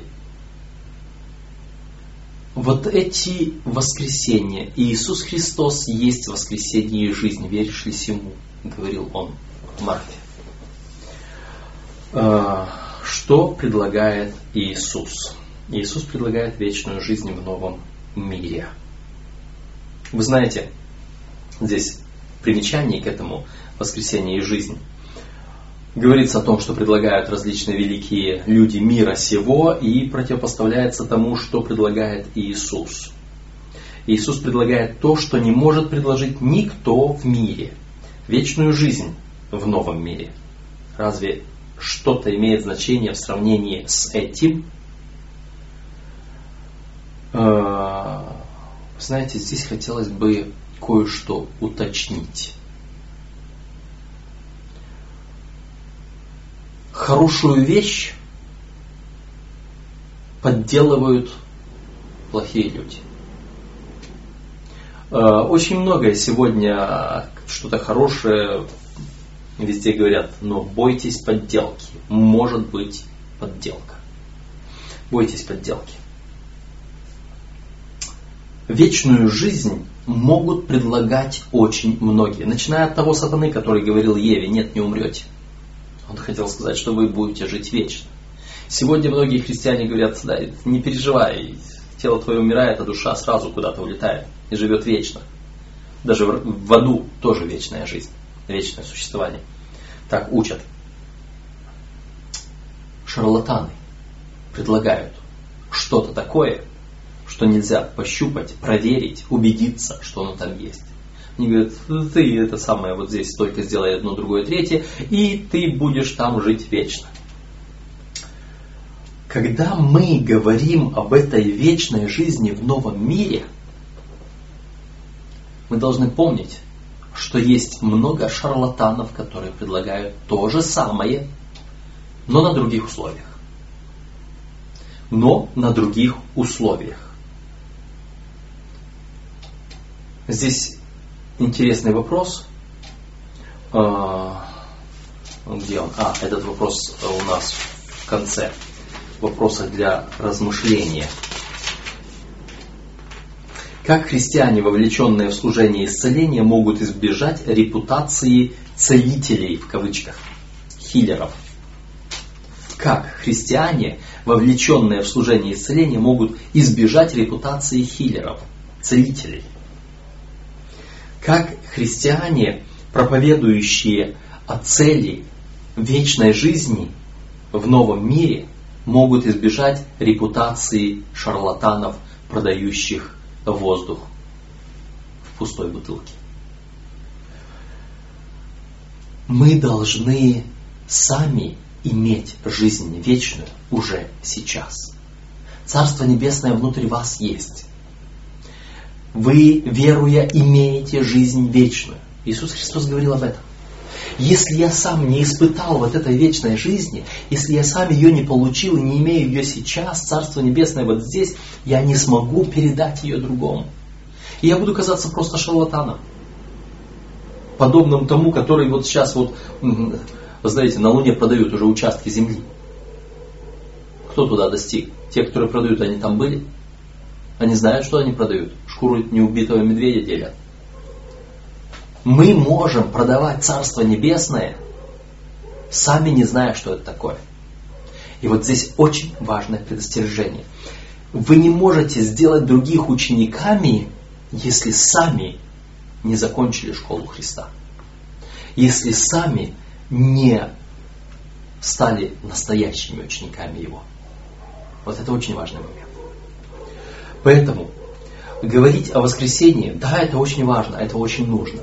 Вот эти воскресения. Иисус Христос есть воскресение и жизнь. Веришь ли сему? Говорил он Марфе. Что предлагает Иисус? Иисус предлагает вечную жизнь в новом мире. Вы знаете, здесь примечание к этому воскресению и жизнь. Говорится о том, что предлагают различные великие люди мира сего, и противопоставляется тому, что предлагает Иисус. Иисус предлагает то, что не может предложить никто в мире. Вечную жизнь в новом мире. Разве что-то имеет значение в сравнении с этим? Знаете, здесь хотелось бы кое-что уточнить. Хорошую вещь подделывают плохие люди. Очень многое сегодня, что-то хорошее, везде говорят: но бойтесь подделки. Может быть подделка. Бойтесь подделки. Вечную жизнь могут предлагать очень многие. Начиная от того сатаны, который говорил Еве: нет, не умрете. Он хотел сказать, что вы будете жить вечно. Сегодня многие христиане говорят: да, не переживай, тело твое умирает, а душа сразу куда-то улетает и живет вечно. Даже в аду тоже вечная жизнь, вечное существование. Так учат. Шарлатаны предлагают что-то такое, что нельзя пощупать, проверить, убедиться, что оно там есть. Они говорят, ты это самое вот здесь только сделай одно, другое, третье, и ты будешь там жить вечно. Когда мы говорим об этой вечной жизни в новом мире, мы должны помнить, что есть много шарлатанов, которые предлагают то же самое, но на других условиях. Но на других условиях. Здесь интересный вопрос. Где он? Этот вопрос у нас в конце. Вопросы для размышления. Как христиане, вовлеченные в служение исцеления, могут избежать репутации целителей, в кавычках, хиллеров? Как христиане, вовлеченные в служение исцеления, могут избежать репутации хиллеров, целителей? Как христиане, проповедующие о цели вечной жизни в новом мире, могут избежать репутации шарлатанов, продающих воздух в пустой бутылке? Мы должны сами иметь жизнь вечную уже сейчас. Царство Небесное внутри вас есть. Вы, веруя, имеете жизнь вечную. Иисус Христос говорил об этом. Если я сам не испытал вот этой вечной жизни, если я сам ее не получил и не имею ее сейчас, Царство Небесное вот здесь, я не смогу передать ее другому. И я буду казаться просто шарлатаном. Подобным тому, который вот сейчас вот, вы знаете, на Луне продают уже участки земли. Кто туда достиг? Те, которые продают, они там были? Они знают, что они продают? Шкуру неубитого медведя делят. Мы можем продавать Царство Небесное, сами не зная, что это такое. И вот здесь очень важное предостережение. Вы не можете сделать других учениками, если сами не закончили школу Христа. Если сами не стали настоящими учениками Его. Вот это очень важный момент. Поэтому говорить о воскресении, да, это очень важно, это очень нужно.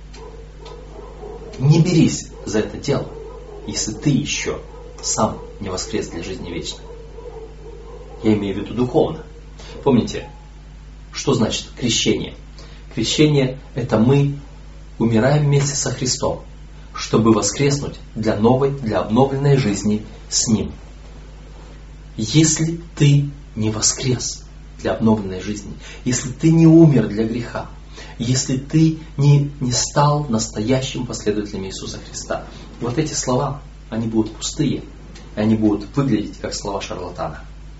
Не берись за это дело, если ты еще сам не воскрес для жизни вечной. Я имею в виду духовно. Помните, что значит крещение? Крещение – это мы умираем вместе со Христом, чтобы воскреснуть для новой, для обновленной жизни с Ним. Если ты не воскрес для обновленной жизни, если ты не умер для греха, если ты не стал настоящим последователем Иисуса Христа, вот эти слова, они будут пустые, и они будут выглядеть как слова шарлатана.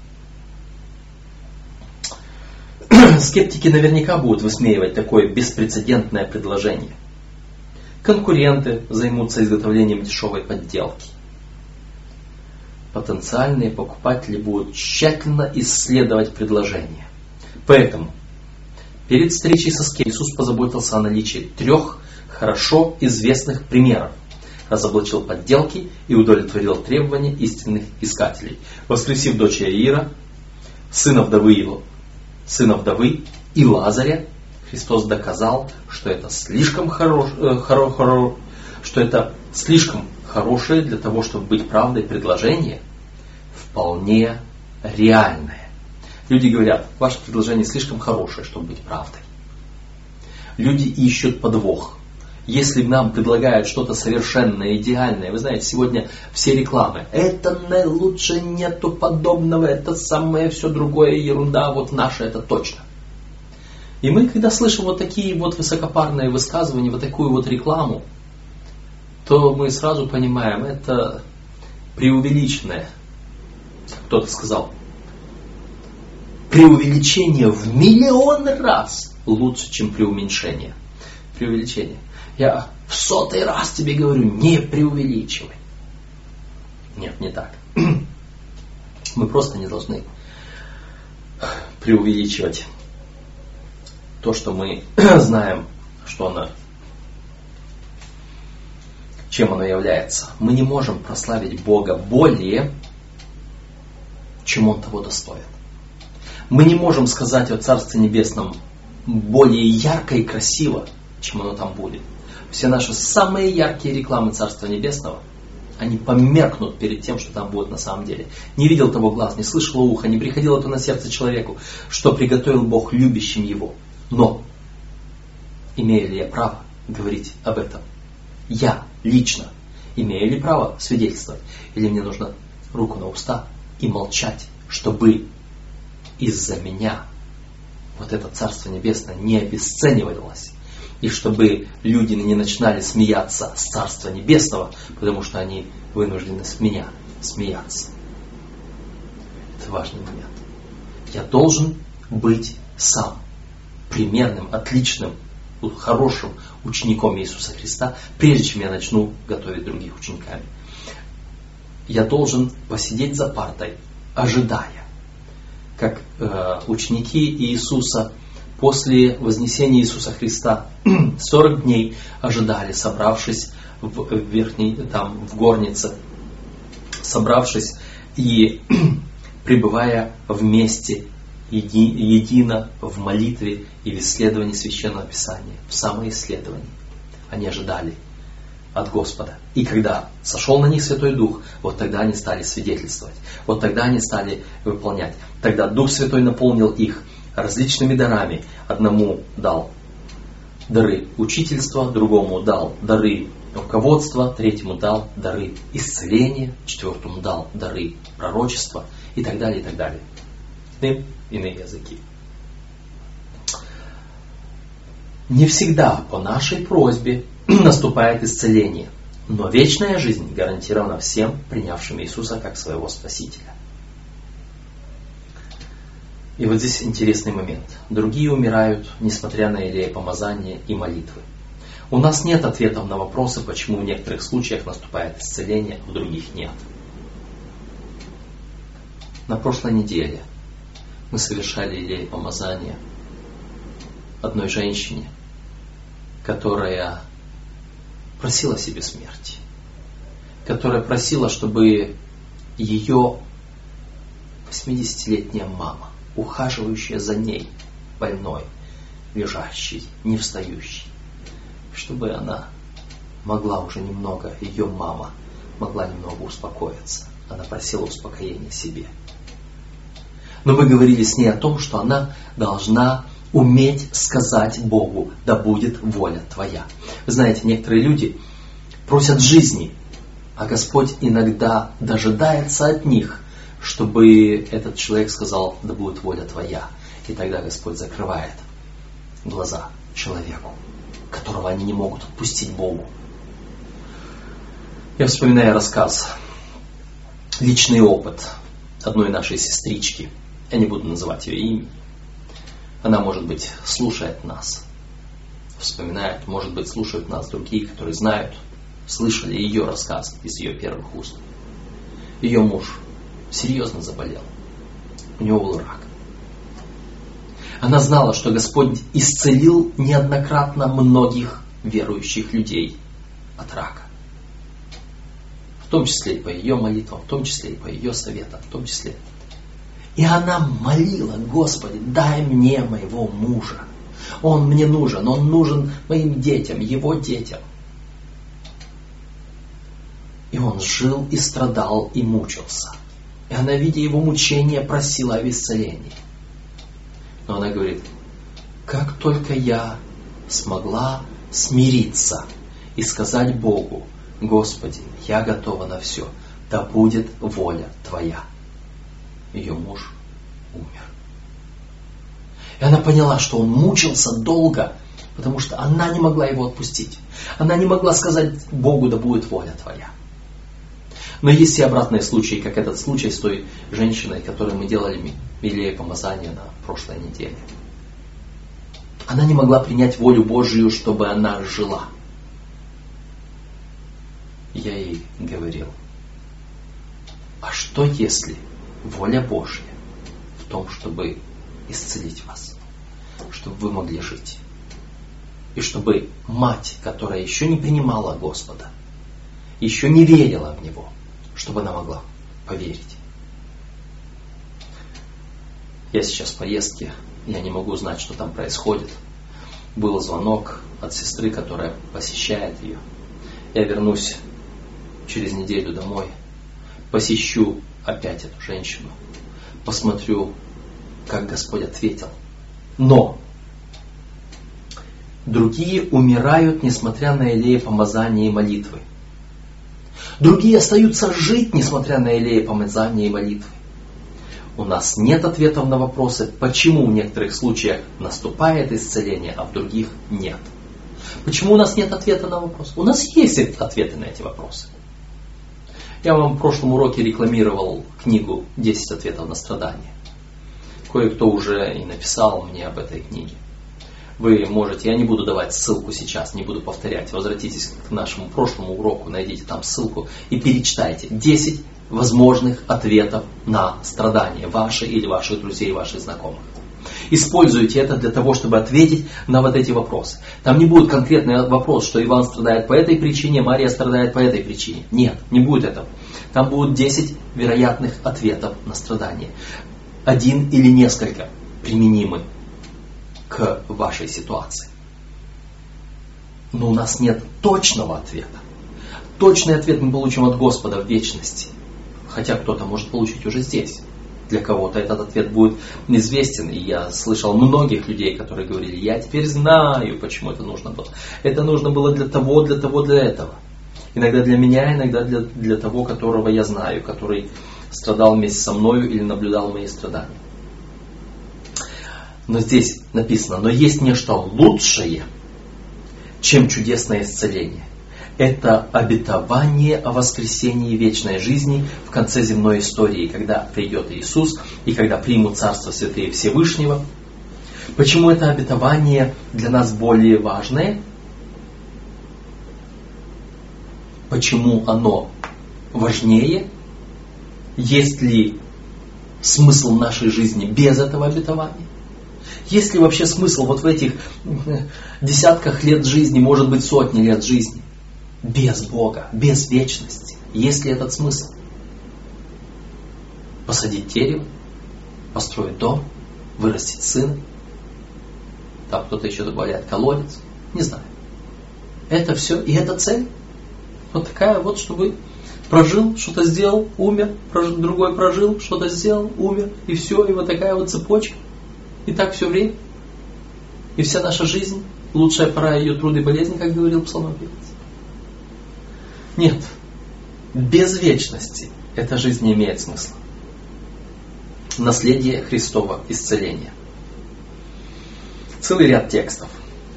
Скептики наверняка будут высмеивать такое беспрецедентное предложение. Конкуренты займутся изготовлением дешевой подделки. Потенциальные покупатели будут тщательно исследовать предложение. Поэтому перед встречей со скептиком Иисус позаботился о наличии 3 хорошо известных примеров. Разоблачил подделки и удовлетворил требования истинных искателей. Воскресив дочь Иаира, сына вдовы и Лазаря, Христос доказал, что это слишком хорошее для того, чтобы быть правдой предложение, вполне реальное. Люди говорят, ваше предложение слишком хорошее, чтобы быть правдой. Люди ищут подвох. Если нам предлагают что-то совершенно идеальное, вы знаете, сегодня все рекламы, это лучше нету подобного, это самое все другое ерунда, вот наше это точно. И мы, когда слышим вот такие вот высокопарные высказывания, вот такую вот рекламу, то мы сразу понимаем, это преувеличенное. Кто-то сказал, преувеличение в 1 000 000 раз лучше, чем преуменьшение. Преувеличение. Я в 100-й раз тебе говорю, не преувеличивай. Нет, не так. Мы просто не должны преувеличивать то, что мы знаем, что оно, чем оно является. Мы не можем прославить Бога более, чем Он того достоин. Мы не можем сказать о Царстве Небесном более ярко и красиво, чем оно там будет. Все наши самые яркие рекламы Царства Небесного, они померкнут перед тем, что там будет на самом деле. Не видел того глаз, не слышало ухо, не приходило то на сердце человеку, что приготовил Бог любящим его. Но, имею ли я право говорить об этом? Я лично имею ли право свидетельствовать? Или мне нужно руку на уста и молчать, чтобы из-за меня вот это Царство Небесное не обесценивалось, и чтобы люди не начинали смеяться с Царства Небесного, потому что они вынуждены с меня смеяться. Это важный момент. Я должен быть сам примерным, отличным, хорошим учеником Иисуса Христа, прежде чем я начну готовить других учениками. Я должен посидеть за партой, ожидая, как ученики Иисуса после вознесения Иисуса Христа 40 дней ожидали, собравшись в горнице, собравшись и пребывая вместе, едино в молитве и в исследовании Священного Писания, в самоисследовании. Они ожидали от Господа. И когда сошел на них Святой Дух, вот тогда они стали свидетельствовать. Вот тогда они стали выполнять. Тогда Дух Святой наполнил их различными дарами. Одному дал дары учительства, другому дал дары руководства, третьему дал дары исцеления, четвертому дал дары пророчества и так далее, и так далее. И иные языки. Не всегда по нашей просьбе наступает исцеление, но вечная жизнь гарантирована всем, принявшим Иисуса как своего Спасителя. И вот здесь интересный момент. Другие умирают, несмотря на елеепомазание и молитвы. У нас нет ответов на вопросы, почему в некоторых случаях наступает исцеление, а в других нет. На прошлой неделе мы совершали елеепомазание одной женщине, которая просила себе смерти, которая просила, чтобы ее 80-летняя мама, ухаживающая за ней, больной, лежащей, не встающей, чтобы она могла уже немного, ее мама могла немного успокоиться. Она просила успокоения себе. Но мы говорили с ней о том, что она должна уметь сказать Богу: да будет воля Твоя. Вы знаете, некоторые люди просят жизни, а Господь иногда дожидается от них, чтобы этот человек сказал: да будет воля Твоя. И тогда Господь закрывает глаза человеку, которого они не могут отпустить Богу. Я вспоминаю рассказ, личный опыт одной нашей сестрички. Я не буду называть ее имя. Она, может быть, слушает нас, вспоминает, может быть, слушают нас другие, которые знают, слышали ее рассказ из ее первых уст. Ее муж серьезно заболел. У него был рак. Она знала, что Господь исцелил неоднократно многих верующих людей от рака. В том числе и по ее молитвам, в том числе и по ее советам, в том числе. И она молила: Господи, дай мне моего мужа. Он мне нужен, он нужен моим детям, его детям. И он жил и страдал и мучился. И она, видя его мучения, просила об исцелении. Но она говорит: как только я смогла смириться и сказать Богу: Господи, я готова на все, да будет воля Твоя. Ее муж умер. И она поняла, что он мучился долго, потому что она не могла его отпустить. Она не могла сказать Богу: да будет воля Твоя. Но есть и обратные случаи, как этот случай с той женщиной, которой мы делали елеепомазание на прошлой неделе. Она не могла принять волю Божию, чтобы она жила. Я ей говорил: а что если воля Божья в том, чтобы исцелить вас, чтобы вы могли жить? И чтобы мать, которая еще не принимала Господа, еще не верила в Него, чтобы она могла поверить. Я сейчас в поездке, я не могу знать, что там происходит. был звонок от сестры, которая посещает ее. Я вернусь через неделю домой, посещу опять эту женщину, посмотрю, как Господь ответил. Но другие умирают, несмотря на елеи помазания и молитвы. Другие остаются жить, несмотря на елеи помазания и молитвы. У нас нет ответов на вопросы, почему в некоторых случаях наступает исцеление, а в других нет. Почему у нас нет ответа на вопрос? У нас есть ответы на эти вопросы. Я вам в прошлом уроке рекламировал книгу «10 ответов на страдания». Кое-кто уже и написал мне об этой книге. Вы можете, я не буду давать ссылку сейчас, не буду повторять. Возвратитесь к нашему прошлому уроку, найдите там ссылку и перечитайте 10 возможных ответов на страдания ваши или ваших друзей, ваших знакомых. Используйте это для того, чтобы ответить на вот эти вопросы. Там не будет конкретный вопрос, что Иван страдает по этой причине, Мария страдает по этой причине. Нет, не будет этого. Там будут 10 вероятных ответов на страдания. Один или несколько применимы к вашей ситуации. Но у нас нет точного ответа. Точный ответ мы получим от Господа в вечности. Хотя кто-то может получить уже здесь. Для кого-то этот ответ будет известен. И я слышал многих людей, которые говорили: я теперь знаю, почему это нужно было. Это нужно было для того, для этого. Иногда для меня, иногда для того, которого я знаю, который страдал вместе со мною или наблюдал мои страдания. Но здесь написано: но есть нечто лучшее, чем чудесное исцеление. Это обетование о воскресении вечной жизни в конце земной истории, когда придет Иисус и когда примут Царство Святые Всевышнего. Почему это обетование для нас более важное? Почему оно важнее? Есть ли смысл нашей жизни без этого обетования? Есть ли вообще смысл вот в этих десятках лет жизни, может быть сотни лет жизни, без Бога, без вечности? Есть ли этот смысл? Посадить дерево, построить дом, вырастить сына, там кто-то еще добавляет колодец, не знаю. Это все, и это цель. Вот такая вот, чтобы прожил, что-то сделал, умер, другой прожил, что-то сделал, умер, и все, и вот такая вот цепочка. И так все время. И вся наша жизнь, лучшая пора ее труд и болезни, как говорил псалмопевец. Нет, без вечности эта жизнь не имеет смысла. Наследие Христова исцеления. Целый ряд текстов.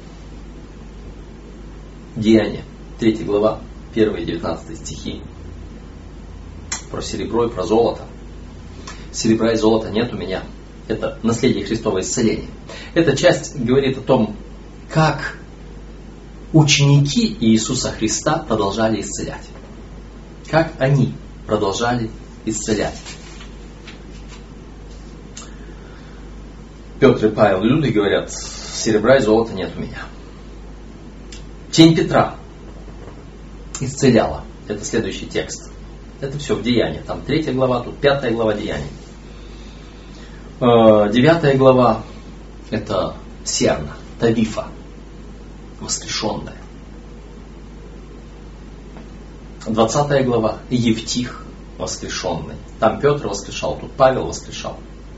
Деяния, 3 глава, 1 и 19 стихи. Про серебро и про золото. Серебра и золота нет у меня. Это наследие Христова исцеления. Эта часть говорит о том, как ученики Иисуса Христа продолжали исцелять. Как они продолжали исцелять. Петр и Павел идут и говорят: серебра и золота нет у меня. Тень Петра исцеляла. Это следующий текст. Это все в Деяниях. Там 3 глава, тут 5 глава Деяний. 9 глава это Серна, Тавифа, воскрешенная. 20 глава Евтих, воскрешенный. Там Петр воскрешал, тут Павел воскрешал.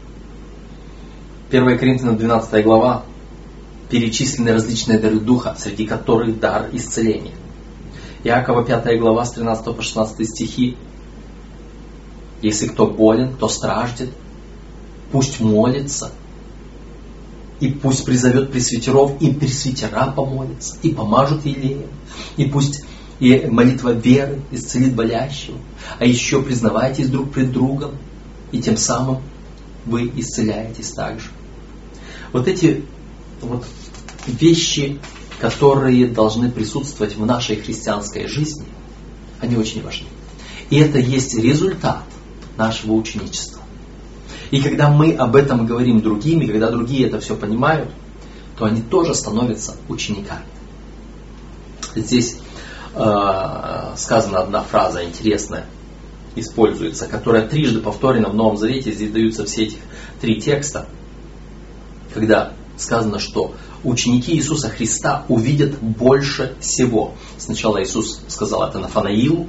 1 Коринфянам 12 глава перечислены различные дары Духа, среди которых дар исцеления. Иакова 5 глава с 13 по 16 стихи. Если кто болен, кто страждет, пусть молится, и пусть призовет пресвитеров, и пресвитера помолятся, и помажут елеем, и пусть и молитва веры исцелит болящего. А еще признавайтесь друг пред другом, и тем самым вы исцеляетесь также. Вот эти вот вещи, которые должны присутствовать в нашей христианской жизни, они очень важны. И это есть результат нашего ученичества. И когда мы об этом говорим другим, и когда другие это все понимают, то они тоже становятся учениками. Здесь сказана одна фраза интересная, используется, которая трижды повторена в Новом Завете. Здесь даются все эти 3 текста, когда сказано, что ученики Иисуса Христа увидят больше всего. Сначала Иисус сказал это Нафанаилу,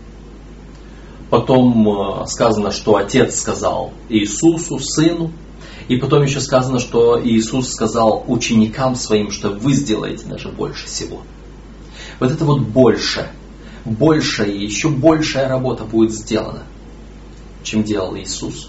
потом сказано, что Отец сказал Иисусу, Сыну, и потом еще сказано, что Иисус сказал ученикам своим, что вы сделаете даже больше всего. Вот это вот большая и еще большая работа будет сделана, чем делал Иисус,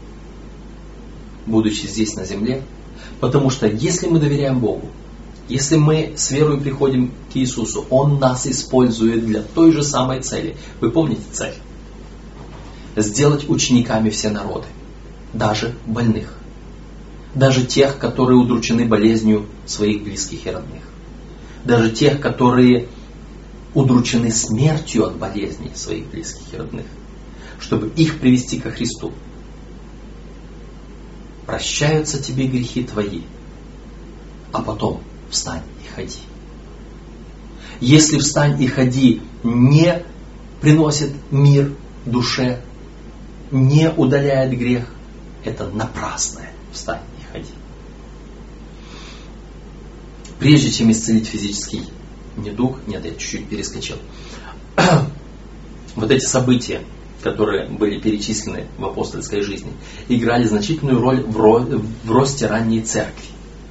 будучи здесь на земле. Потому что если мы доверяем Богу, если мы с верой приходим к Иисусу, Он нас использует для той же самой цели. Вы помните цель? Сделать учениками все народы, даже больных, даже тех, которые удручены болезнью своих близких и родных, даже тех, которые удручены смертью от болезней своих близких и родных, чтобы их привести ко Христу. Прощаются тебе грехи твои, а потом встань и ходи. Если встань и ходи не приносит мир душе, не удаляет грех, это напрасное встань и ходи. Прежде чем исцелить физический недуг, нет, я чуть-чуть перескочил. Вот эти события, которые были перечислены в апостольской жизни, играли значительную роль в росте ранней церкви.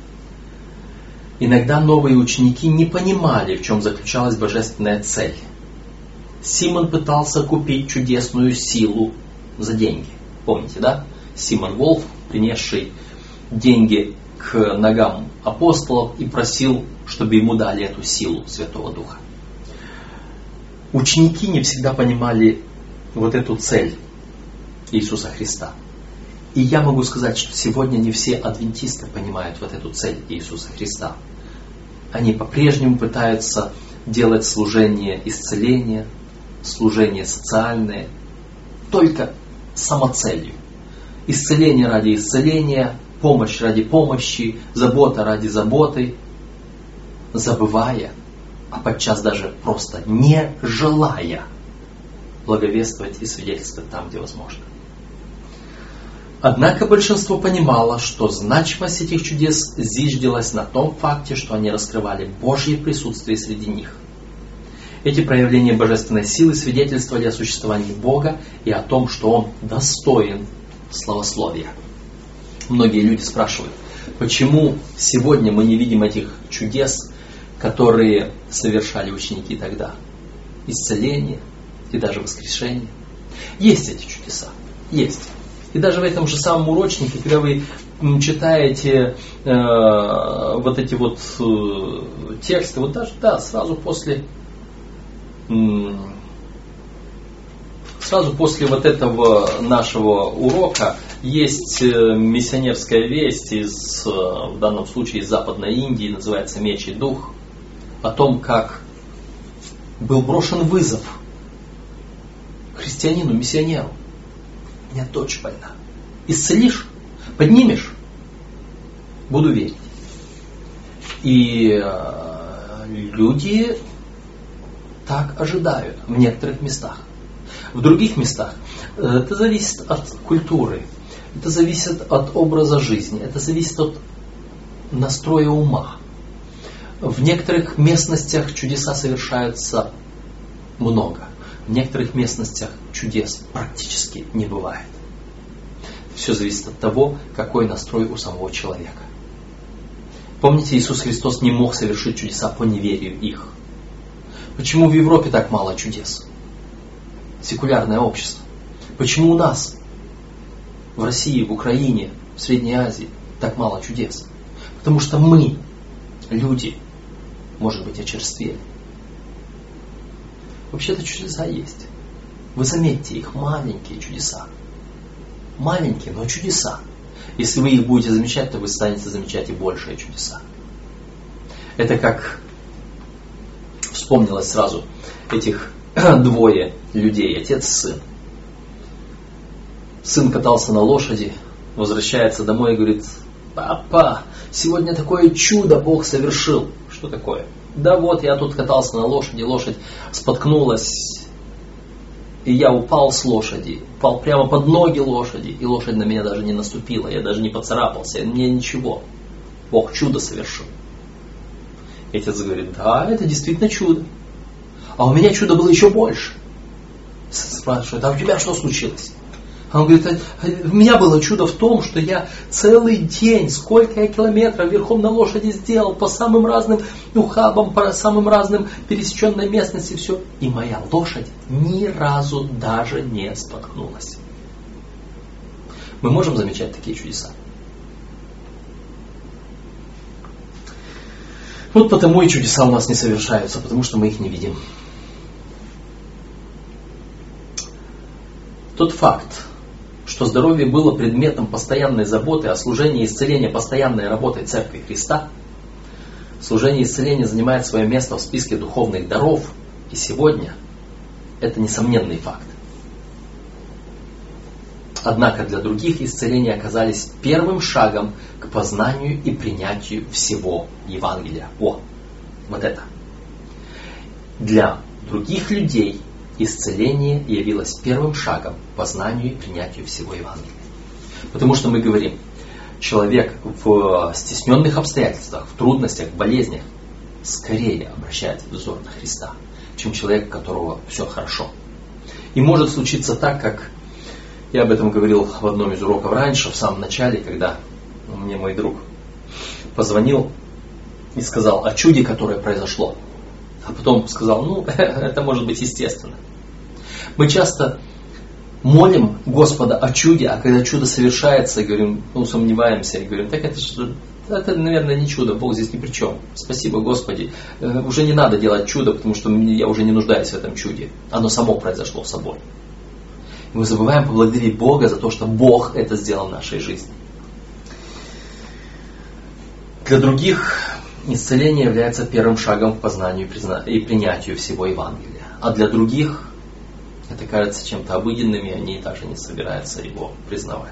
Иногда новые ученики не понимали, в чем заключалась божественная цель. Симон пытался купить чудесную силу за деньги. Помните, да? Симон Волф, принесший деньги к ногам апостолов и просил, чтобы ему дали эту силу Святого Духа. Ученики не всегда понимали вот эту цель Иисуса Христа. И я могу сказать, что сегодня не все адвентисты понимают вот эту цель Иисуса Христа. Они по-прежнему пытаются делать служение исцеления, служение социальное, только самоцелью. Исцеление ради исцеления, помощь ради помощи, забота ради заботы, забывая, а подчас даже просто не желая благовествовать и свидетельствовать там, где возможно. Однако большинство понимало, что значимость этих чудес зиждилась на том факте, что они раскрывали Божье присутствие среди них. Эти проявления божественной силы свидетельствовали о существовании Бога и о том, что Он достоин славословия. Многие люди спрашивают, почему сегодня мы не видим этих чудес, которые совершали ученики тогда? Исцеление и даже воскрешение. Есть эти чудеса. Есть. И даже в этом же самом урочнике, когда вы читаете вот эти вот тексты, вот даже сразу после вот этого нашего урока есть миссионерская весть в данном случае из Западной Индии, называется «Меч и дух», о том, как был брошен вызов христианину, миссионеру. У меня дочь больна. Исцелишь? Поднимешь? Буду верить. И люди так ожидают в некоторых местах. В других местах это зависит от культуры, это зависит от образа жизни, это зависит от настроя ума. В некоторых местностях чудеса совершаются много. В некоторых местностях чудес практически не бывает. Все зависит от того, какой настрой у самого человека. Помните, Иисус Христос не мог совершить чудеса по неверию их. Почему в Европе так мало чудес? Секулярное общество. Почему у нас, в России, в Украине, в Средней Азии, так мало чудес? Потому что мы, люди, может быть, очерствели. Вообще-то чудеса есть. Вы заметьте, их маленькие чудеса. Маленькие, но чудеса. Если вы их будете замечать, то вы станете замечать и большие чудеса. Это как вспомнилось сразу этих двое людей, отец и сын. Сын катался на лошади, возвращается домой и говорит: папа, сегодня такое чудо Бог совершил. Что такое? Да вот, я тут катался на лошади, лошадь споткнулась, и я упал с лошади, упал прямо под ноги лошади, и лошадь на меня даже не наступила, я даже не поцарапался, мне ничего. Бог чудо совершил. И отец говорит: да, это действительно чудо. А у меня чудо было еще больше. Спрашивает: а у тебя что случилось? Он говорит: у меня было чудо в том, что я целый день, сколько я километров верхом на лошади сделал, по самым разным ухабам, по самым разным пересеченной местности, все. И моя лошадь ни разу даже не споткнулась. Мы можем замечать такие чудеса? Вот потому и чудеса у нас не совершаются, потому что мы их не видим. Тот факт, что здоровье было предметом постоянной заботы, а служение и исцеление постоянной работой Церкви Христа, служение и исцеление занимает свое место в списке духовных даров, и сегодня это несомненный факт. Однако для других исцеления оказались первым шагом к познанию и принятию всего Евангелия. Вот это. Для других людей исцеление явилось первым шагом к познанию и принятию всего Евангелия. Потому что мы говорим, человек в стесненных обстоятельствах, в трудностях, в болезнях скорее обращает взор на Христа, чем человек, у которого все хорошо. И может случиться так, как я об этом говорил в одном из уроков раньше, в самом начале, когда мне мой друг позвонил и сказал о чуде, которое произошло. А потом сказал: это может быть естественно. Мы часто молим Господа о чуде, а когда чудо совершается, говорим, сомневаемся и говорим: так это, наверное, не чудо, Бог здесь ни при чем. Спасибо, Господи. Уже не надо делать чудо, потому что я уже не нуждаюсь в этом чуде. Оно само произошло собой. И мы забываем поблагодарить Бога за то, что Бог это сделал в нашей жизни. Для других исцеление является первым шагом к познанию и принятию всего Евангелия. А для других это кажется чем-то обыденным, и они даже не собираются его признавать.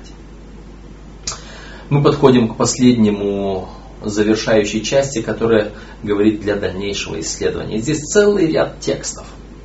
Мы подходим к последнему завершающей части, которая говорит для дальнейшего исследования. Здесь целый ряд текстов.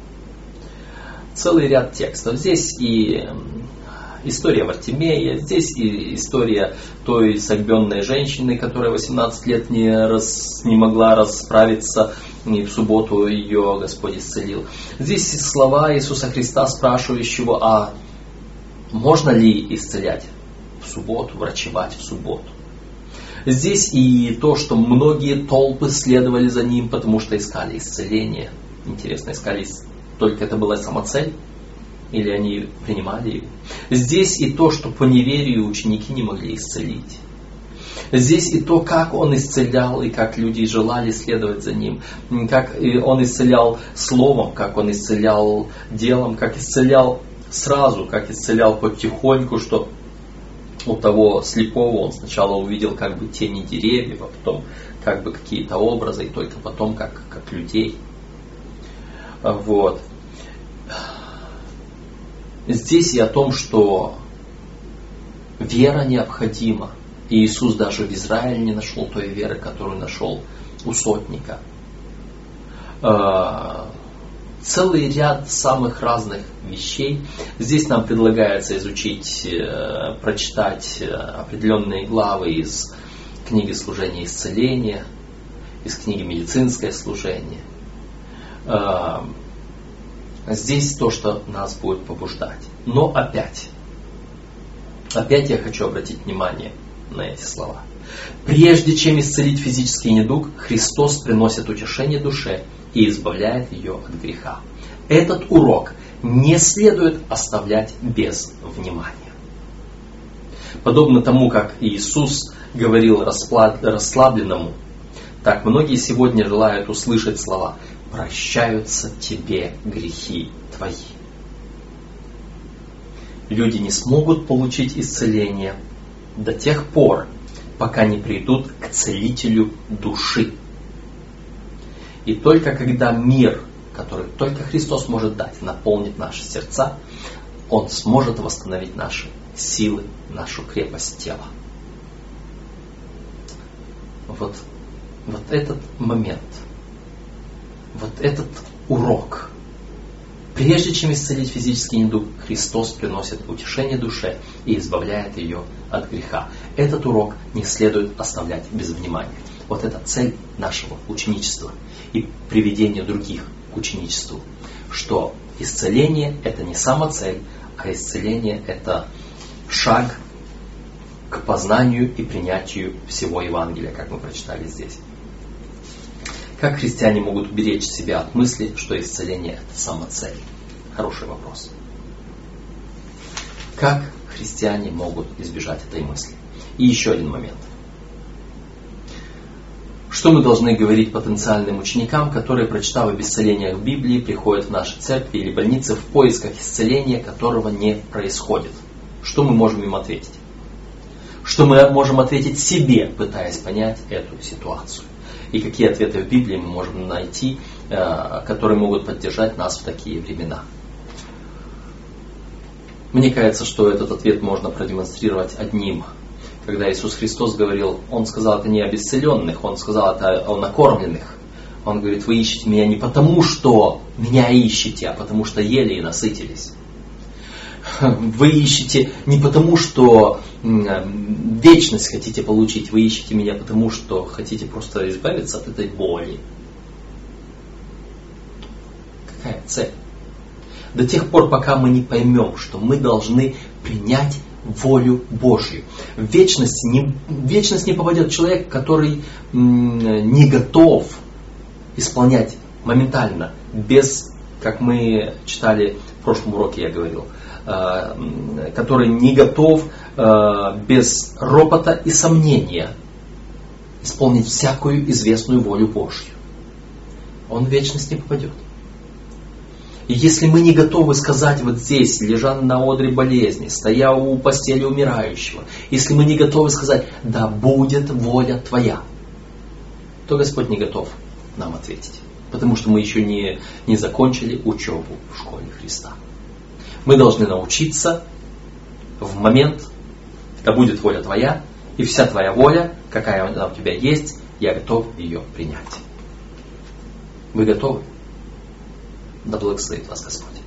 Здесь и история Вартимея, здесь и история той согбенной женщины, которая 18 лет не могла расправиться, и в субботу ее Господь исцелил. Здесь слова Иисуса Христа, спрашивающего: а можно ли исцелять в субботу, врачевать в субботу? Здесь и то, что многие толпы следовали за ним, потому что искали исцеление. Интересно, искали только это была самоцель? Или они принимали его? Здесь и то, что по неверию ученики не могли исцелить. Здесь и то, как он исцелял, и как люди желали следовать за ним. Как он исцелял словом, как он исцелял делом, как исцелял сразу, как исцелял потихоньку, что у того слепого он сначала увидел как бы тени деревьев, а потом как бы какие-то образы, и только потом как людей. Вот. Здесь и о том, что вера необходима. И Иисус даже в Израиле не нашел той веры, которую нашел у сотника. Целый ряд самых разных вещей. Здесь нам предлагается изучить, прочитать определенные главы из книги «Служение и исцеление», из книги «Медицинское служение». Здесь то, что нас будет побуждать. Но опять я хочу обратить внимание на эти слова. Прежде чем исцелить физический недуг, Христос приносит утешение душе и избавляет ее от греха. Этот урок не следует оставлять без внимания. Подобно тому, как Иисус говорил расслабленному, так многие сегодня желают услышать слова: «Прощаются тебе грехи твои». Люди не смогут получить исцеление до тех пор, пока не придут к целителю души. И только когда мир, который только Христос может дать, наполнит наши сердца, Он сможет восстановить наши силы, нашу крепость тела. Вот этот момент, вот этот урок. Прежде чем исцелить физический недуг, Христос приносит утешение душе и избавляет ее от греха. Этот урок не следует оставлять без внимания. Вот это цель нашего ученичества и приведения других к ученичеству. Что исцеление – это не самоцель, а исцеление – это шаг к познанию и принятию всего Евангелия, как мы прочитали здесь. Как христиане могут уберечь себя от мысли, что исцеление – это самоцель? Хороший вопрос. Как христиане могут избежать этой мысли? И еще один момент. Что мы должны говорить потенциальным ученикам, которые, прочитав об исцелениях в Библии, приходят в наши церкви или больницы в поисках исцеления, которого не происходит? Что мы можем им ответить? Что мы можем ответить себе, пытаясь понять эту ситуацию? И какие ответы в Библии мы можем найти, которые могут поддержать нас в такие времена? Мне кажется, что этот ответ можно продемонстрировать одним. Когда Иисус Христос говорил, Он сказал это не об исцеленных, Он сказал это о накормленных. Он говорит, вы ищете меня не потому, что меня ищете, а потому что ели и насытились. Вы ищете не потому, что вечность хотите получить, вы ищете меня потому, что хотите просто избавиться от этой боли. Какая цель? До тех пор, пока мы не поймем, что мы должны принять волю Божью. В вечность не попадет человек, который не готов исполнять моментально, без, как мы читали в прошлом уроке, я говорил, который не готов без ропота и сомнения исполнить всякую известную волю Божью. Он в вечность не попадет. И если мы не готовы сказать вот здесь, лежа на одре болезни, стоя у постели умирающего, если мы не готовы сказать, да будет воля Твоя, то Господь не готов нам ответить. Потому что мы еще не закончили учебу в школе Христа. Мы должны научиться в момент, да будет воля Твоя, и вся Твоя воля, какая она у Тебя есть, я готов ее принять. Вы готовы? Да благословит вас Господь.